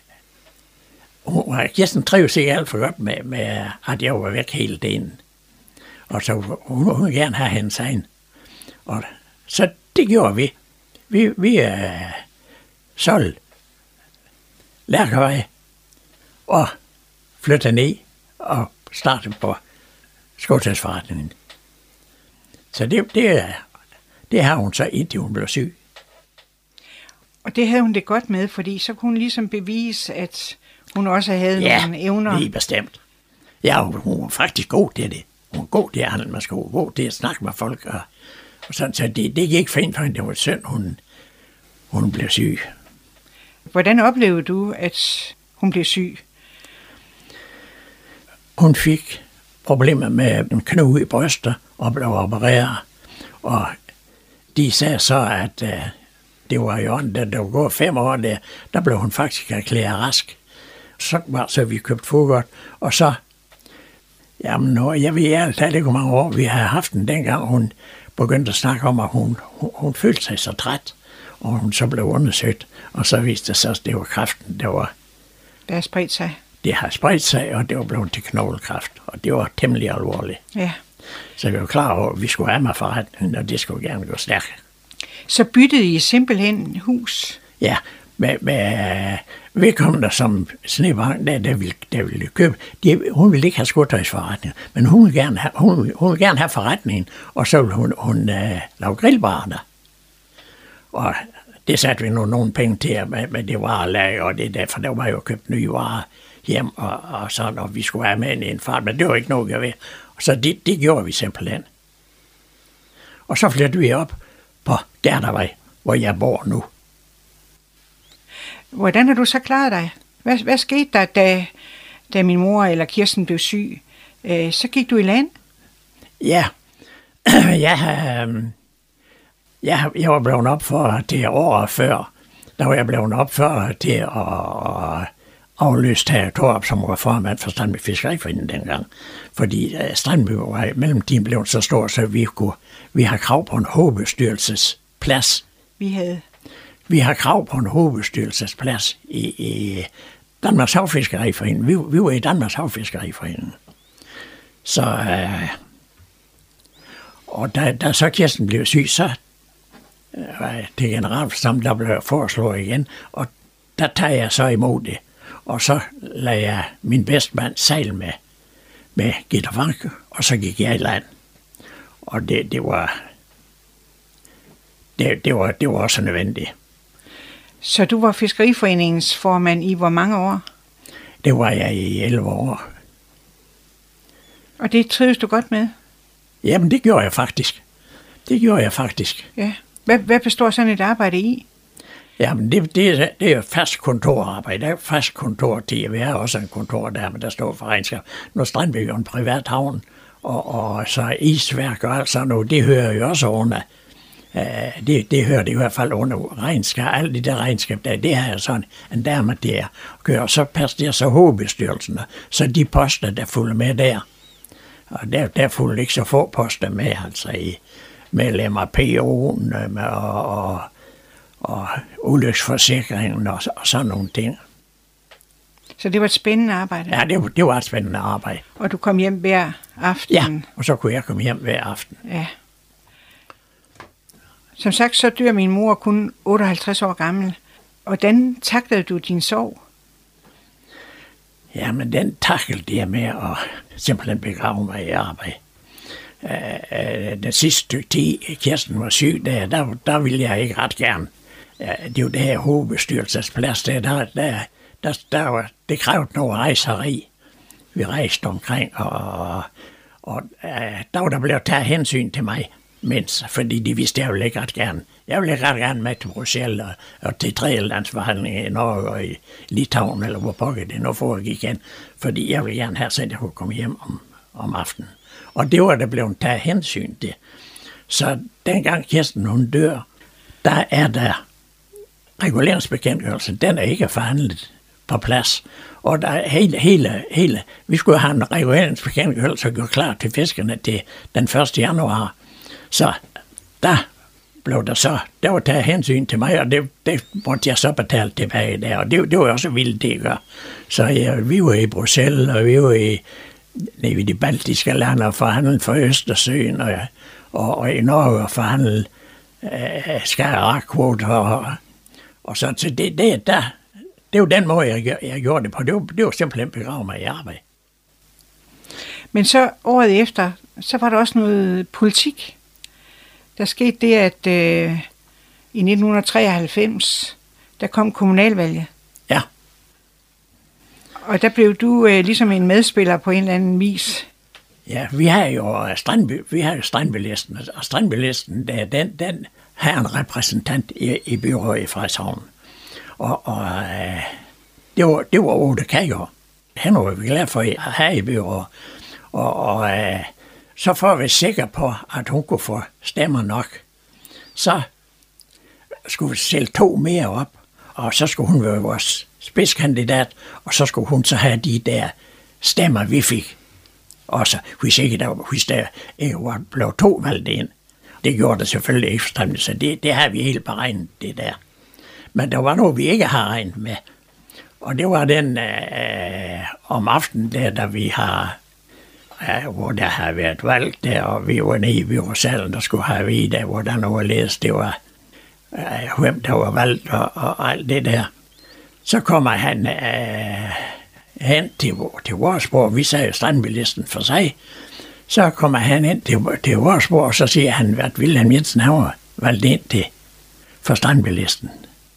uh, Kirsten trives ikke alt for godt med, med, at jeg var væk hele dagen. Og så hun, hun ville gerne have hendes egen. Og så det gjorde vi. Vi, vi uh, solgte Lærkevej og flyttede ned og startede på skotøjsforretningen. Så det, det, det har hun så indtil hun blev syg. Og det havde hun det godt med, fordi så kunne hun ligesom bevise, at hun også havde ja, nogle evner. Ja, det er bestemt. Ja, hun, hun var faktisk god til det. Hun var god til at handle med sko, god til at snakke med folk. Og, og sådan, så det, det gik fint for hende. Det var synd, hun, hun blev syg. Hvordan oplevede du, at hun blev syg? Hun fik problemer med en knude i bryster og blev opereret. Og de sagde så, at uh, det var i ånden, da der var gået fem år der, der blev hun faktisk erklæret rask. Så var så vi købt Fodgodt, og så, jamen når jeg ved alt, det ikke mange år, vi har haft den dengang, hun begyndte at snakke om, at hun, hun, hun følte sig så træt, og hun så blev undersøgt, og så viste det sig, at det var kræften, der var... Der har spredt sig. Det har spredt sig, og det var blevet til knoglekræft, og det var temmelig alvorligt. Ja. Så vi var klar over, at vi skulle have med forretningen, og det skulle gerne gå stærkt. Så byttede I simpelthen hus? Ja, med, med vedkommende som Snebank, der, der, ville, der ville købe. De, hun ville ikke have skotøjsforretning, men hun ville gerne have, hun, hun ville gerne have forretningen, og så ville hun, hun uh, lave grillbarer der. Og det satte vi nu nogle penge til, med, med det varelag, og det derfor, der var jo købt nye varer hjem, og, og sådan, og vi skulle have med en fart, men det var ikke noget at ved. Så det, det gjorde vi simpelthen. Og så flyttede vi op på Gærdervej, hvor jeg bor nu. Hvordan har du så klaret dig? Hvad, hvad skete der, da, da min mor eller Kirsten blev syg? Øh, så gik du i land? Ja, jeg, øh, jeg, jeg var blevet opfordret til året før. Der var jeg blevet opfordret til at afløse Tage Torp, som var formand for Strandby Fiskeriforening dengang. Fordi uh, Strandby var i mellemtiden blevet så stor, så vi kunne vi har krav på en hovedbestyrelsesplads. Vi havde? Vi har krav på en hovedbestyrelsesplads i, i Danmarks Havfiskeriforening. Vi, vi var i Danmarks Havfiskeriforening. Så, uh, og da, da så Kirsten blev syg, så uh, det generalforsamling, der blev foreslået igen, og der tager jeg så imod det. Og så lagde jeg min bedstmand sejle med, med Gitte Frank, og så gik jeg i land. Og det, det, var, det, det, var, det var også nødvendigt. Så du var Fiskeriforeningens formand i hvor mange år? Det var jeg i elleve år. Og det trives du godt med? Jamen, det gjorde jeg faktisk. Det gjorde jeg faktisk. Ja. Hvad, hvad består sådan et arbejde i? Jamen, det, det, er, det er fast kontorarbejde. Der er fast kontortid. Vi har også en kontor der, men der står for regnskab. Når Strandby er en privat havn, og, og så isværk og alt sådan noget, det hører jo også under. Uh, det, det hører det i hvert fald under regnskab. Alt det der regnskab der, det har jeg sådan en dame der. Og så passer det så hovedbestyrelsen, så de poster, der følger med der. Og der, der følger ikke så få poster med, altså i medlemmer af P O'en og, og og ulyksforsikringen og, og sådan nogle ting. Så det var et spændende arbejde? Ja, det, det var et spændende arbejde. Og du kom hjem hver aften? Ja, og så kunne jeg komme hjem hver aften. Ja. Som sagt, så dør min mor kun otteoghalvtreds år gammel. Hvordan taklede du din sorg? Jamen, den taklede jeg med at simpelthen begrave mig i arbejde. Uh, den sidste stykke tid, Kirsten var syg, der, der, der ville jeg ikke ret gerne. Uh, det er jo det her hovedbestyrelsesplads, der, der, der, der, der var, det krævede noget rejseri. vi rejste omkring, og, og øh, der var der blevet taget hensyn til mig, mens, fordi de vidste, jeg ville ikke ret gerne. Jeg ville ikke ret gerne med til Bruxelles og, og til tredjelandsforhandlinger i Norge og i Litauen, eller hvor pokker det nu foregik igen, fordi jeg ville gerne have, så jeg kunne komme hjem om, om aftenen. Og det var der blevet taget hensyn til. Så dengang Kirsten hun dør, der er der reguleringsbekendtgørelsen, den er ikke forhandlet på plads. Og der er hele, hele, hele, vi skulle have en reguleringsbekendtgørelse og gøre klar til fiskerne til den første januar. Så der blev der så, der var taget hensyn til mig, og det, det måtte jeg så betale tilbage der, og det, det var også vildt, det gør. Så ja, vi var i Bruxelles, og vi var i, i de baltiske lande og forhandlede for Østersøen, og, og, og i Norge og forhandlede øh, Skagerrak-kvoter, og, og så til det, det der, det var den måde, jeg, jeg gjorde det på. Det var, det var simpelthen begravet mig i arbejde. Men så året efter, så var der også noget politik. Der skete det, at øh, i nitten treoghalvfems, der kom kommunalvalget. Ja. Og der blev du øh, ligesom en medspiller på en eller anden vis. Ja, vi har jo Strandby, vi har jo Strandbylisten, og Strandbylisten, der, den, den har en repræsentant i, i byrådet i Frederikshavn. Og, og øh, det var, det var Ode Kajgaard. Han var vi glad for at have i byrådet. Og, og øh, så for at være sikker på, at hun kunne få stemmer nok, så skulle vi sælge to mere op, og så skulle hun være vores spidskandidat, og så skulle hun så have de der stemmer, vi fik. Også hvis ikke der, hvis der ikke var blevet to valgt ind. Det gjorde det selvfølgelig ekstremt, så det, det har vi helt beregnet, det der. Men der var noget, vi ikke har regnet med. Og det var den øh, om aftenen der, da vi har, øh, hvor der har været valg der, og vi var nede i byrådsalen, der skulle have vi der, hvor der var læst, det var, øh, hvem der var valgt og, og alt det der. Så kommer han øh, hen til, til vores bord, vi sagde jo Strandbylisten for sig, så kommer han hen til, til vores bord, og så siger han, at Wilhelm Jensen har valgt ind til for Strandbylisten.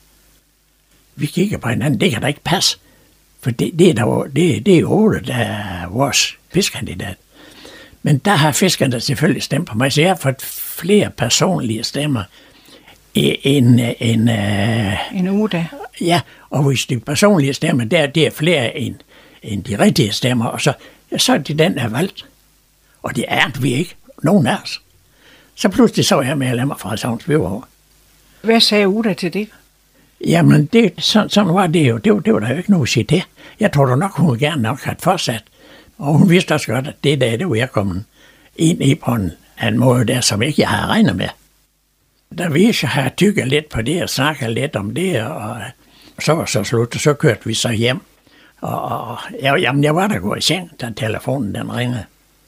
Vi kigger på hinanden, det kan da ikke passe, for det, det er der, det, det er Ode, der er vores fiskkandidat. Men der har fiskerne selvfølgelig stemt på mig, så jeg har fået flere personlige stemmer end en, en Ode. Ja, og hvis de personlige stemmer, der, det er flere end, end de rigtige stemmer, og så, så er det den, der er valgt. Og det er vi ikke, nogen af os. Så pludselig så jeg med at lade mig fra Savns byråd. Hvad sagde Ode til det? Jamen, det, så, sådan var det jo. Det, det var der jo ikke noget at sige til. Jeg tror da nok, hun ville gerne nok have fortsat. Og hun vidste også godt, at det der, det var jeg kommet ind i på en, en måde der, som ikke jeg havde regnet med. Da vi så havde tykket lidt på det og snakket lidt om det, og så var så slut, og så kørte vi så hjem. Og, og jeg, jamen, jeg var der gået i seng, da telefonen den ringede.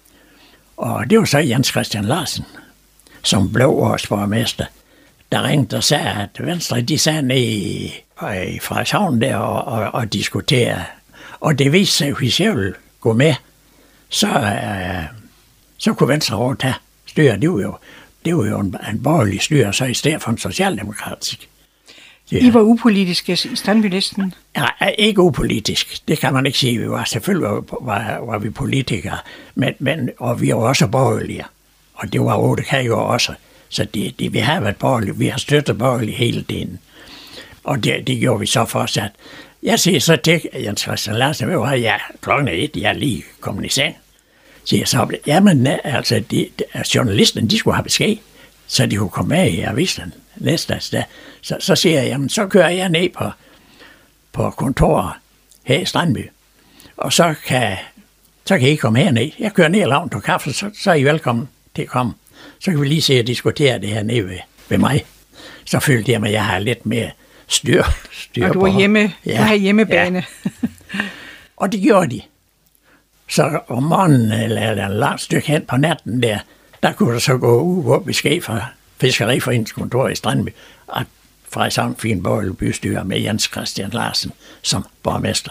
Og det var så Jens Christian Larsen, som blev vores borgmester, der ringte og sagde, at Venstre, de sagde ned i, i Frederikshavn der og, og, og diskutere. Og det viste sig, at hvis jeg ville gå med, så, øh, så kunne Venstre overtage styre. Det var jo, det var jo en, en borgerlig styre, så i stedet for en socialdemokratisk. Ja. I var upolitiske i Strandbylisten? Ja, ikke upolitisk. Det kan man ikke sige. Vi var selvfølgelig var, var, var vi politikere, men, men, og vi var også borgerlige. Og det var Ode Kajgaard også. Så det, det, vi har været borgerlige. Vi har støttet borgerlige hele tiden. Og det, det gjorde vi så fortsat. Jeg siger så til Jens Christian Larsen, ved du hvad, ja, klokken er et, jeg er lige kommet i seng. Så jeg så, jamen altså, de, de, journalisterne, de skulle have besked, så de kunne komme med i avisen næste dag. Så, så siger jeg, jamen så kører jeg ned på, på kontoret her i Strandby, og så kan, så kan I komme herned. Jeg kører ned og laver en kaffe, så, så er I velkommen til at komme. Så kan vi lige se og diskutere det her nede ved, ved mig. Så følte jeg mig, at jeg har lidt mere styr, styr og du er hjemme, ja, du har hjemmebane. Ja. Og det gjorde de. Så om morgenen, eller, eller en langt stykke hen på natten der, der kunne der så gå ud og besked fra Fiskeriforeningskontoret i Strandby, at Frederikshavn fik en borgerlig bystyre med Jens Christian Larsen som borgmester.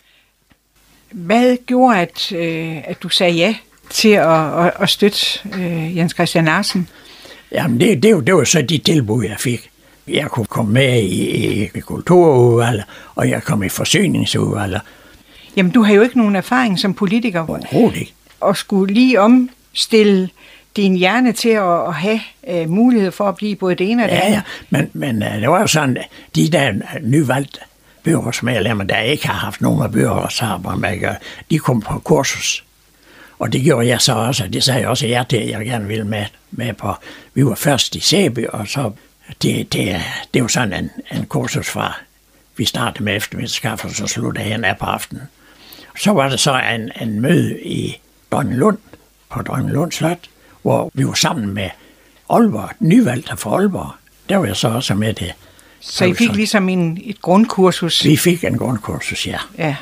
Hvad gjorde, at, øh, at du sagde ja til at, at, at støtte øh, Jens Christian Larsen? Jamen, det, det, det var så de tilbud, jeg fik. Jeg kunne komme med i, i kulturudvalget, og jeg kom i forsyningsudvalget. Jamen, du har jo ikke nogen erfaring som politiker. Overhovedet ikke. Og skulle lige omstille din hjerne til at, at have uh, mulighed for at blive både det ene og det ja, andet. Ja, men, men uh, det var jo sådan, de der nyvalgte byrådsmedlemmer, der ikke har haft nogen af byrådsarbejder, de kom på kursus. Og det gjorde jeg så også, det sagde jeg også ja til, at jeg gerne ville med, med på. Vi var først i Sæby, og så det, det, det var sådan en, en kursus fra, vi startede med eftermiddagskaffe, og så sluttede jeg af på aftenen. Så var der så en, en møde i Dronninglund, på Dronninglund Slot, hvor vi var sammen med Aalborg, nyvalgte fra Aalborg. Der var jeg så også med det. Så I fik ligesom en, et grundkursus? Vi fik en grundkursus, ja. Ja.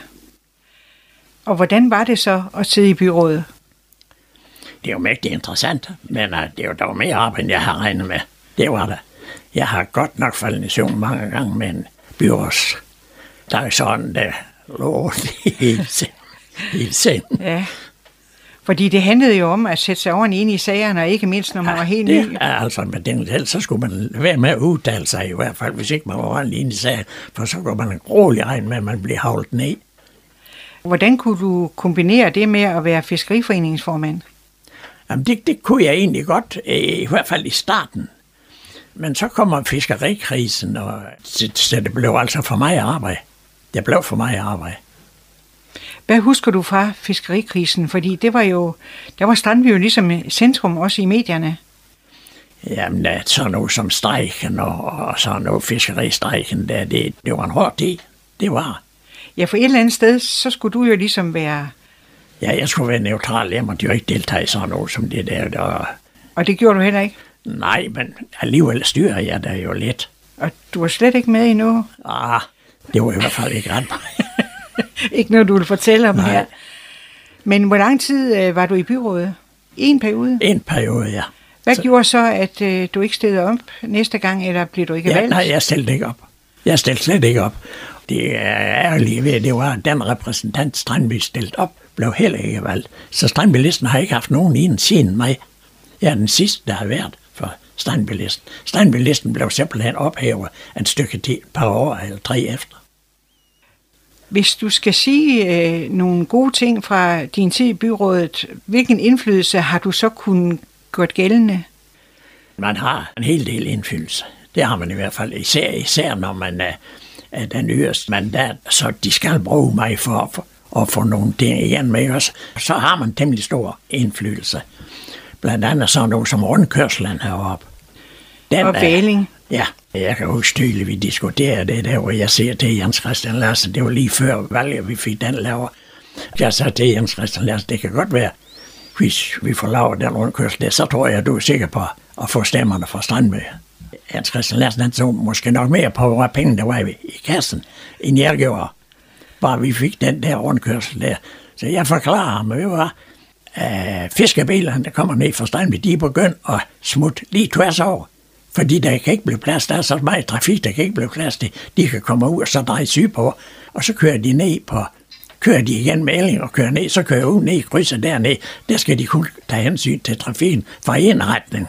Og hvordan var det så at sidde i byrådet? Det er jo mægtig interessant, men uh, det er jo dog mere arbejde, end jeg har regnet med. Det var det. Jeg har godt nok faldet i søvn mange gange med en byråds. Der er sådan, der lå helt sent. Ja, fordi det handlede jo om at sætte sig ordentligt ind i sagerne, og ikke mindst, når man ja, var helt ny. Ja, altså med den selv, så skulle man være med at udtale sig i hvert fald, hvis ikke man var ordentligt ind i sagen, for så går man roligt regn med, at man bliver havlet ned. Hvordan kunne du kombinere det med at være fiskeriforeningsformand? Jamen det, det kunne jeg egentlig godt, i hvert fald i starten. Men så kommer fiskerikrisen, og så det blev altså for mig arbejde. Det blev for mig arbejde. Hvad husker du fra fiskerikrisen? Fordi det var jo, der var Strandby jo ligesom centrum også i medierne. Jamen, sådan noget som strejken og, og sådan noget fiskeristrejken, der, det, det var en hård tid. Det var. Ja, for et eller andet sted, så skulle du jo ligesom være... Ja, jeg skulle være neutral. Jeg måtte jo ikke deltage i sådan noget som det der. der... Og det gjorde du heller ikke? Nej, men alligevel styrer jeg der jo lidt. Og du var slet ikke med endnu? Ah, det var i hvert fald ikke ret meget. Ikke noget, du vil fortælle om Nej. her. Men hvor lang tid øh, var du i byrådet? En periode? En periode, ja. Hvad så... gjorde så, at øh, du ikke stillede op næste gang, eller blev du ikke ja, valgt? Nej, jeg stillede ikke op. Jeg stillede slet ikke op. Det er ærligt ved, det var, at den repræsentant, Strandby stillede op, blev heller ikke valgt. Så Strandby-listen har ikke haft nogen i den siden mig. Jeg er den sidste, der har været for Strandby-listen. Strandby-listen blev simpelthen ophævet et stykke tid, et par år eller tre efter. Hvis du skal sige øh, nogle gode ting fra din tid i byrådet, hvilken indflydelse har du så kunnet gjort gældende? Man har en hel del indflydelse. Det har man i hvert fald, især, især når man er, er den yderste mandat, så de skal bruge mig for at, for at få nogle ting igen med os. Så har man temmelig stor indflydelse. Blandt andet sådan noget som rundkørslen heroppe. Den og Væling. Ja, jeg kan huske tydeligt, vi diskuterede det der, hvor jeg siger til Jens Christian Larsen, det var lige før valget, vi fik den lavet. Jeg sagde til Jens Christian Larsen, det kan godt være, hvis vi får lavet den rundkørsel der, så tror jeg, at du er sikker på at få stemmerne fra Strandby. Jens Christian Larsen, han så måske nok mere på, hvor penge der var i, i kassen, end jeg gjorde. Bare vi fik den der rundkørsel der. Så jeg forklarer ham, vi var uh, fiskebilerne, der kommer ned fra Strandby, de er begyndt at smutte lige tværs over. Fordi der kan ikke blive plads, der er så meget trafik, der kan ikke blive plads til. De kan komme ud og så dreje sydpå, og så kører de ned på, kører de igen med Elling og kører ned, så kører ud ned i krydset dernede. Der skal de kun tage hensyn til trafikken fra en retning.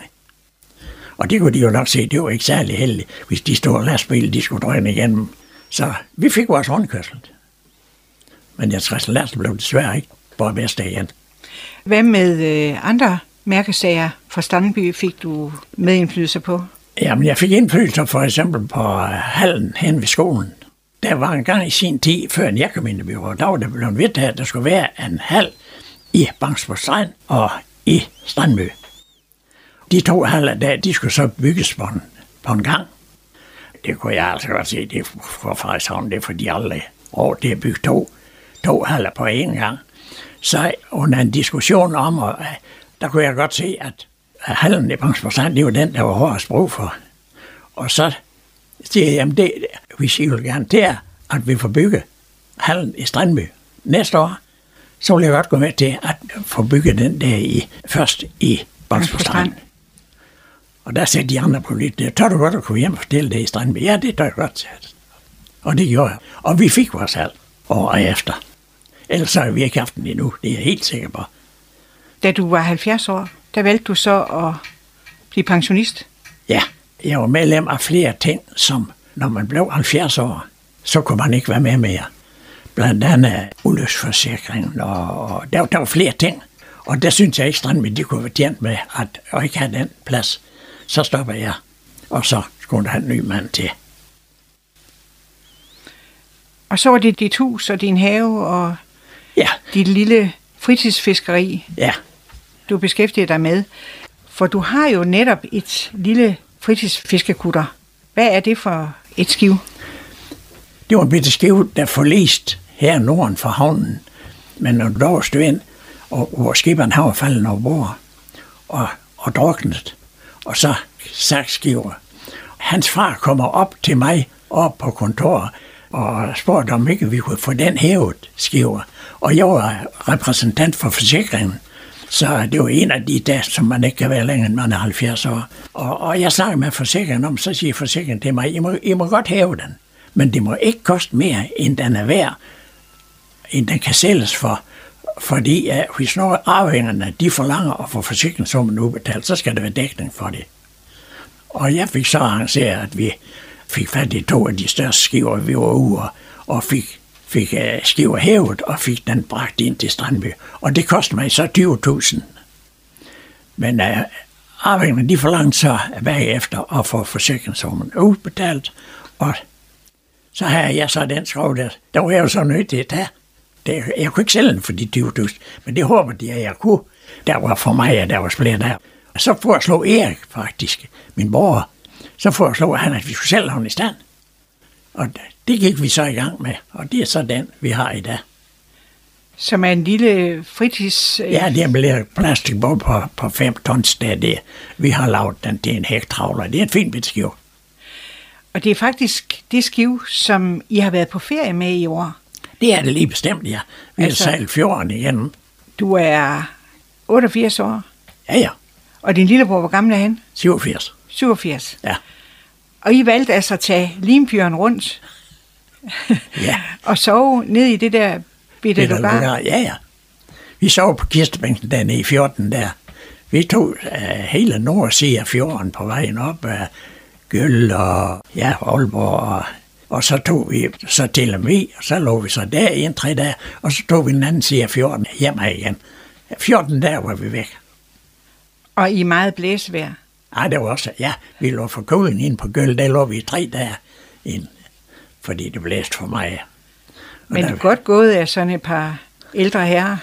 Og det kunne de jo nok se, det var ikke særlig heldigt, hvis de store lastbiler, de skulle drøne igennem. Så vi fik vores rundkørsel. Men jeg tror, at blev desværre ikke borgmester igen. Hvad med øh, andre mærkesager fra Strandby fik du medindflydelse på? Jamen, jeg fik indflydelse for eksempel på hallen hen ved skolen. Der var en gang i sin tid, før jeg kom ind i byrådet, der var der blevet vedtaget, at der skulle være en hal i Bangsborg Strand og i Strandby. De to haller der, de skulle så bygges på en, på en gang. Det kunne jeg altså godt se, det er for Frederikshavn, det er for de aldrig råd til at bygge to, to haller på en gang. Så under en diskussion om, og der kunne jeg godt se, at hallen i Bangsborg Strand, det var den, der var hårdest brug for. Og så siger jeg, jamen det, hvis I vil gerne til, at vi får bygget hallen i Strandby næste år, så vil jeg godt gå med til at få bygget den der i, først i Bangsborg Strand. Og der sagde de andre politikere, tør du godt at komme hjem og fortælle det i Strandby? Ja, det tør jeg godt. Og det gjorde jeg. Og vi fik vores hal året efter. Ellers så har vi ikke haft den endnu, det er jeg helt sikker på. Da du var halvfjerds år, der valgte du så at blive pensionist? Ja, jeg var medlem af flere ting, som når man blev halvfjerds år, så kunne man ikke være med mere. blandt andet ulykkesforsikringen, og, og der, der var flere ting. Og der synes jeg ikke, Strandby, de kunne være tjent med at, at ikke have den plads. Så stopper jeg, og så skulle der have en ny mand til. Og så var det dit hus og din have og ja. dit lille fritidsfiskeri, ja. du beskæftiger dig med. For du har jo netop et lille fritidsfiskekutter. Hvad er det for et skiv? Det var en bitte skiv, der forlist her norden for havnen. Men når der var stød og hvor skiberen har faldet over bord og, og druknet, og så saksskiver. Hans far kommer op til mig op på kontoret og spurgte, om ikke vi kunne få den hævet, skiver. Og jeg var repræsentant for forsikringen, så det var en af de dage, som man ikke kan være længere end man er halvfjerds år. Og, og jeg snakker med forsikringen om, så siger forsikringen til mig, I må, I må godt hæve den, men det må ikke koste mere, end den er værd, end den kan sælges for. Fordi ja, hvis nogle arvingerne, de forlanger at få forsikringssummen udbetalt, så skal der være dækning for det. Og jeg fik så arrangeret, at vi fik fat i to af de største skiver, vi var ude, og fik, fik uh, skiver hævet, og fik den bragt ind til Strandby. Og det kostede mig så tyve tusind. Men uh, arvingerne, de forlangte så bagefter at få forsikringssummen udbetalt, og så havde jeg så den skrov der. Der var jeg jo så nødt til at tage. Det, jeg kunne ikke sælge den for de tyve tusind, men det håber de, at jeg kunne. Der var for mig, at der var splæt der. Så foreslog Erik faktisk, min bror, så foreslog han, at vi skulle sælge ham i stand. Og det gik vi så i gang med, og det er så den, vi har i dag. Som er en lille fritids... Ja, det er en lille plastikbåd på, på fem tons, der det. Vi har lavet den til en hæktravler. Det er en fin bit skiv. Og det er faktisk det skiv, som I har været på ferie med i år. Det er det lige bestemt, ja. Vi altså, har sejlet fjorden igennem. Du er otteogfirs år? Ja, ja. Og din lillebror, hvor gammel er han? syvogfirs. syvogfirs? Ja. Og I valgte altså at tage Limfjorden rundt? Ja. Og sove ned i det der bitte lugar? Ja, ja. Vi sov på kirstebænken dernede i fjorten der. Vi tog uh, hele nordsiden af fjorden på vejen op af uh, Gøl og ja, Aalborg og... Og så tog vi så til Lemvig, og så lå vi så der i en tre dage, og så tog vi den anden side af fjorten hjem igen. fjorten dage var vi væk. Og i meget blæsvejr? Nej, det var også, ja, vi lå for koden ind på Gøl, der lå vi i tre dage ind, fordi det blæste for mig. Og men det er godt gået af sådan et par ældre herrer.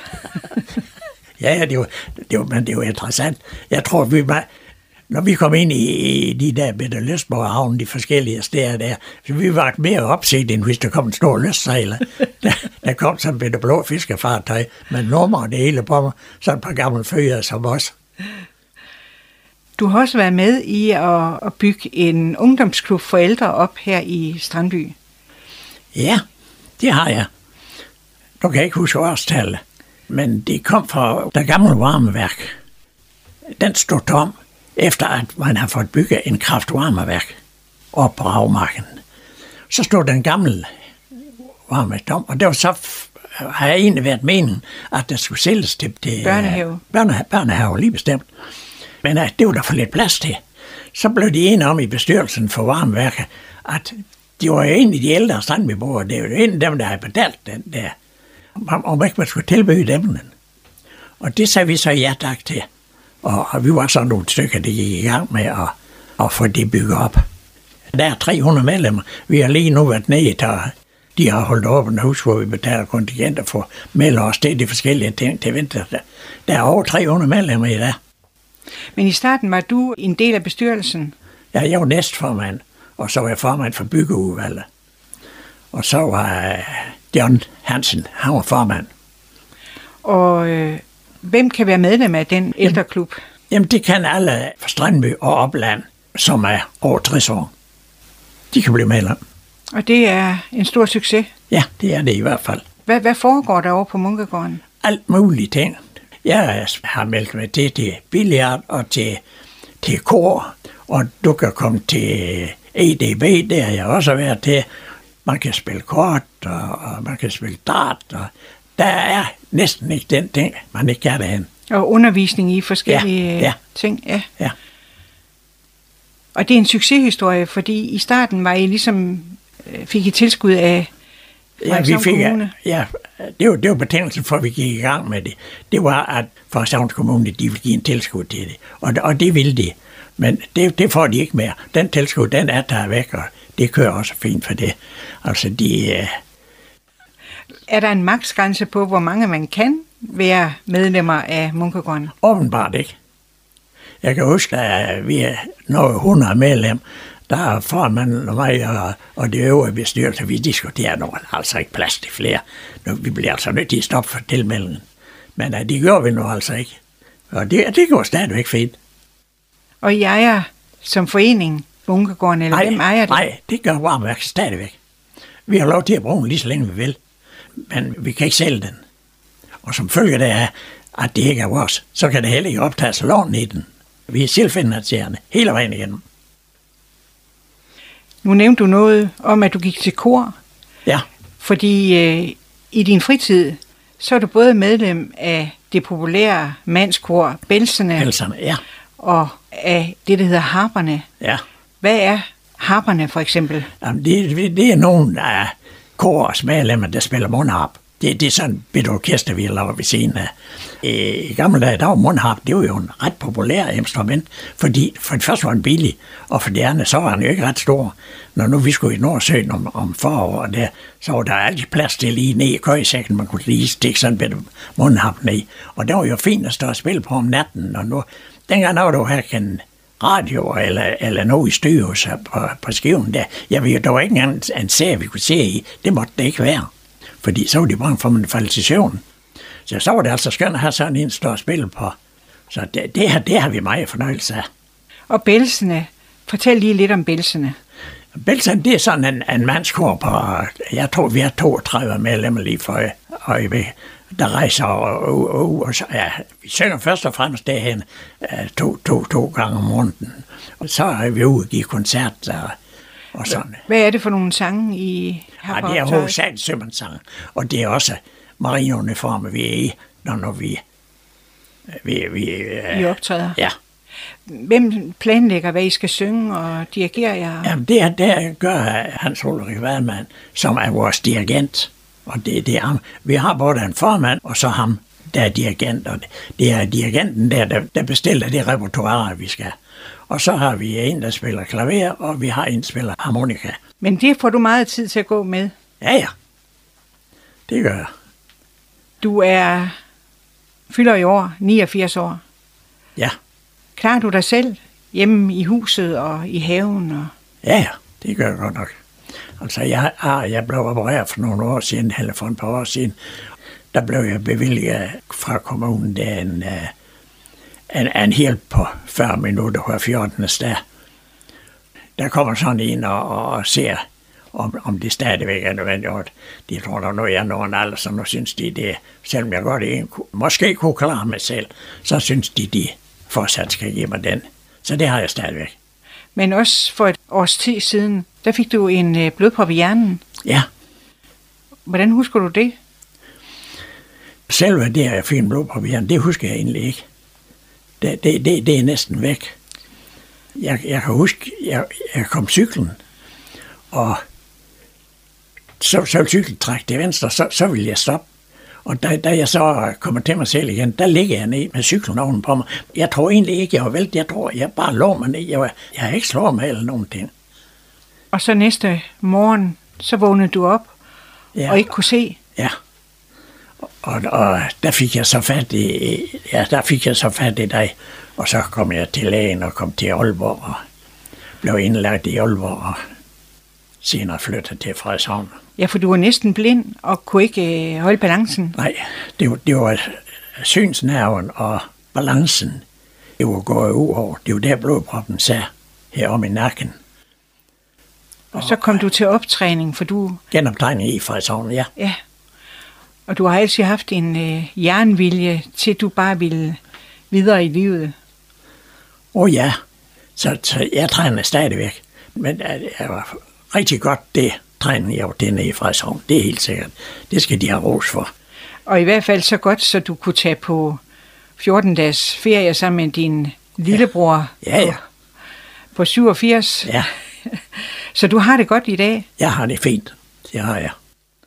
Ja, det var, det var, men det var interessant. Jeg tror, vi var... Når vi kom ind i de der Bette Løsborg-havnen, de forskellige steder der, så vi var mere opset, end hvis der kom en stor løssejler. Der, der kom sådan en Bette Blå fiskefartøj med nummer og det hele på mig, sådan et par gamle fører som os. Du har også været med i at, at bygge en ungdomsklub for ældre op her i Strandby. Ja, det har jeg. Du kan ikke huske årstallet, men det kom fra det gamle varmeværk. Den stod tom, efter at man har fået bygget en kraftvarmeværk op på Ravmarken. Så stod den gamle varmeværk tom, og det var så, har jeg egentlig været meningen, at der skulle sælges til, til børnehave. Børne, børnehave, lige bestemt. Men at det var der for lidt plads til. Så blev de enige om i bestyrelsen for varmeværket, at de var jo en af de ældre strandbeboere, det var jo en af dem, der havde betalt den der, om ikke man skulle tilbyde dem den. Og det sagde vi så ja tak til. Og vi var så nogle stykker, der gik i gang med at, at få det bygget op. Der er tre hundrede medlemmer. Vi har lige nu været nede til, de har holdt åbent hus, hvor vi betaler kontingenter for melder os til de forskellige ting til vinter. Der er over tre hundrede medlemmer i dag. Men i starten var du en del af bestyrelsen? Ja, jeg var næstformand, og så var jeg formand for byggeudvalget. Og så var John Hansen, han var formand. Og øh, hvem kan være medlem af den ældreklub? Jamen, det kan alle fra Strandby og Opland, som er over tres år. De kan blive medlem. Og det er en stor succes? Ja, det er det i hvert fald. Hvad, hvad foregår der over på Munkegården? Alt mulige ting. Jeg har meldt mig til, til billard og til, til kor, og du kan komme til E D B, det har jeg også været til. Man kan spille kort, og, og man kan spille dart, og der er næsten ikke den ting, man ikke kan derhen. Og undervisning i forskellige ja, ja. ting, ja. ja. Og det er en succeshistorie, fordi i starten var I ligesom, fik I tilskud af Ja, vi fik, ja, det var, det var betingelsen for, at vi gik i gang med det. Det var, at Frederikshavns Kommune, de ville give en tilskud til det. Og, og det ville de. Men det, det får de ikke mere. Den tilskud, den er der væk, og det kører også fint for det. Altså, de... Uh... Er der en maksgrænse på, hvor mange man kan være medlemmer af Munkegården? Åbenbart ikke. Jeg kan huske, at vi er nogle hundrede medlem, der får man og mig og, og det øvrige bestyrelse, vi diskuterer nu, altså ikke plads til flere. Nu, vi bliver altså nødt til at stoppe for tilmeldingen. Men uh, det gør vi nu altså ikke. Og det, det går stadigvæk fint. Og I ejer som forening Munkegården, eller nej, hvem ejer det? Nej, det gør Varmeværket stadigvæk. Vi har lov til at bruge den lige så længe vi vil, men vi kan ikke sælge den. Og som følge af, at det ikke er vores, så kan det heller ikke optages lån i den. Vi er selvfinansierende hele vejen igennem. Nu nævnte du noget om, at du gik til kor. Ja. Fordi øh, i din fritid, så er du både medlem af det populære mandskor Belserne. Belserne, ja. Og af det, der hedder harperne. Ja. Hvad er harperne, for eksempel? Jamen, det, det er nogle af korets medlemmer, der spiller mundharp. Det, det er sådan et orkester, vi har lavet ved siden af. I gamle dage, der var mundharp, det var jo en ret populær instrument, fordi for det første var den billig, og for det andet, så var den jo ikke ret stor. Når nu vi skulle i Nordsøen om, om forår, der, så var der altid plads til lige ned i køjesækken, man kunne lige stikke sådan en mundharp ned. Og det var jo fint at stå og spille på om natten, og nu, dengang var der her en radio eller, eller noget i støvhus på, på skiven der. Jeg ved, der var ikke engang en serie, vi kunne se i. Det måtte det ikke være. Fordi så var de bange for, at man faldt til søvn. Så så var det altså skønt at have sådan en stor spil på. Så det, det, her, det har vi meget fornøjelse af. Og Belserne. Fortæl lige lidt om Belserne. Belserne, det er sådan en, en mandskor på, jeg tror, vi har toogtredive medlemmer lige for øjeblik, der rejser og, og, og så, ja, vi synger først og fremmest derhen to, to, to gange om måneden. Og så er vi ude og give koncerter og sådan. Hvad er det for nogle sange, I har ja, på det er optaget? hovedsageligt sømandssange, og det er også marineuniformer, vi er i, når, når vi, vi, vi I optræder? Ja. Hvem planlægger, hvad I skal synge og dirigere jer? Jamen, det, er, det gør Hans Ulrik Vadmann, som er vores dirigent. Og det, det er ham. Vi har både en formand, og så ham, der er dirigent. Og det, det er dirigenten der, der, der bestiller det repertoire, vi skal. Og så har vi en, der spiller klaver, og vi har en, der spiller harmonika. Men det får du meget tid til at gå med? Ja, ja. Det gør jeg. Du er fylder i år, niogfirs år. Ja. Klarer du dig selv hjemme i huset og i haven? Og... Ja, ja. Det gør jeg godt nok. Altså, jeg, jeg blev opereret for nogle år siden, eller for et par år siden. Der blev jeg bevilget fra kommunen der en, en, en hjælp på fyrre minutter hver fjortende dag. Der kommer sådan en og, og ser, om, om det stadigvæk er nødvendigt. De tror der nu, jeg er nogen alder, så nu synes de det, selvom jeg godt en, måske kunne klare mig selv, så synes de, de fortsat skal give mig den. Så det har jeg stadigvæk. Men også for et års tid siden, der fik du en øh, blodprop i hjernen. Ja. Hvordan husker du det? Selve det, at jeg fik en blodprop i hjernen, det husker jeg egentlig ikke. Det, det, det, det er næsten væk. Jeg, jeg kan huske, jeg, jeg kom cyklen, og så, så cyklen træk til venstre, så, så ville jeg stoppe. Og da, da jeg så kommer til mig selv igen, der ligger jeg ned med cyklen oven på mig. Jeg tror egentlig ikke, jeg var væltet. Jeg tror, jeg bare lå mig ned. Jeg, var, jeg har ikke slået mig eller nogen ting. Og så næste morgen, så vågnede du op ja. og ikke kunne se? Ja. Og, og der fik jeg så fat i, ja, der fik jeg så fat i dig. Og så kom jeg til lægen og kom til Aalborg og blev indlagt i Aalborg og senere flyttede til Frederikshavn. Ja, for du var næsten blind og kunne ikke øh, holde balancen. Nej, det var, det var synsnerven og balancen. Det var gået ud over. Det var der blodproppen sad herom i nakken. Og, og så kom du til optræning, for du... Genoptræning i Frederikshavn, ja. Ja. Og du har altid haft en øh, jernvilje til, du bare ville videre i livet. Åh oh, ja, så, så jeg træner stadigvæk. Men det var rigtig godt, det træning jeg var denne i Frederikshavn. Det er helt sikkert. Det skal de have ros for. Og i hvert fald så godt, så du kunne tage på fjorten dages ferie sammen med din lillebror ja. Ja, ja. På, på syvogfirs. Ja. Så du har det godt i dag? Jeg har det fint. Det har jeg.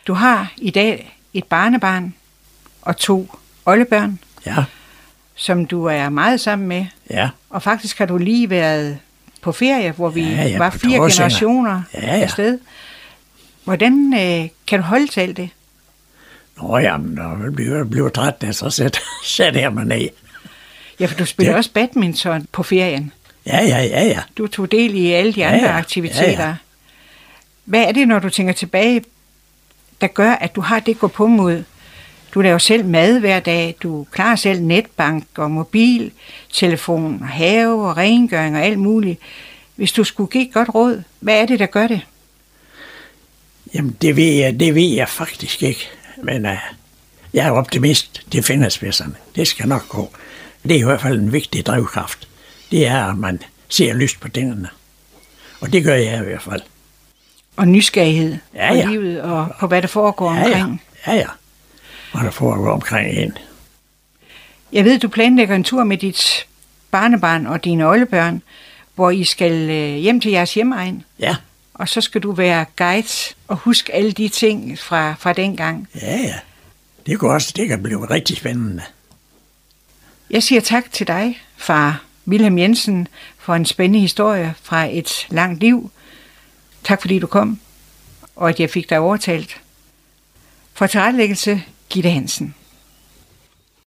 Du har i dag et barnebarn og to oldebørn, Ja, som du er meget sammen med. ja. Og faktisk har du lige været på ferie, hvor vi Ja, ja, var på fire Tåsinge. generationer Ja, ja. afsted. Hvordan øh, kan du holde til alt det? Nå, jamen, når jeg bliver, bliver træt, da, så sætter, sætter jeg mig ned. Ja, for du spiller Ja. også badminton på ferien. Ja, ja, ja, ja. Du tog del i alle de Ja, andre ja. aktiviteter. Ja, ja. Hvad er det, når du tænker tilbage, der gør, at du har det gå på mod? Du laver selv mad hver dag, du klarer selv netbank og mobiltelefon og have og rengøring og alt muligt. Hvis du skulle give et godt råd, hvad er det, der gør det? Jamen, det ved jeg, det ved jeg faktisk ikke. Men uh, jeg er optimist. Det finder spidserne. Det skal nok gå. Det er i hvert fald en vigtig drivkraft. Det er, at man ser lyst på tingene. Og det gør jeg i hvert fald. Og nysgerrighed Ja, på ja. livet og på, hvad der foregår Ja, ja. omkring. Ja, ja. Hvad der foregår omkring en. Jeg ved, du planlægger en tur med dit barnebarn og dine oldebørn, hvor I skal øh, hjem til jeres hjemegn. Ja, Og så skal du være guide og huske alle de ting fra, fra dengang. ja, ja. Det kan også det kan blive rigtig spændende. Jeg siger tak til dig, far Vilhelm Jensen, for en spændende historie fra et langt liv. Tak fordi du kom, og at jeg fik dig overtalt. For tilrettelæggelse, Gitte Hansen.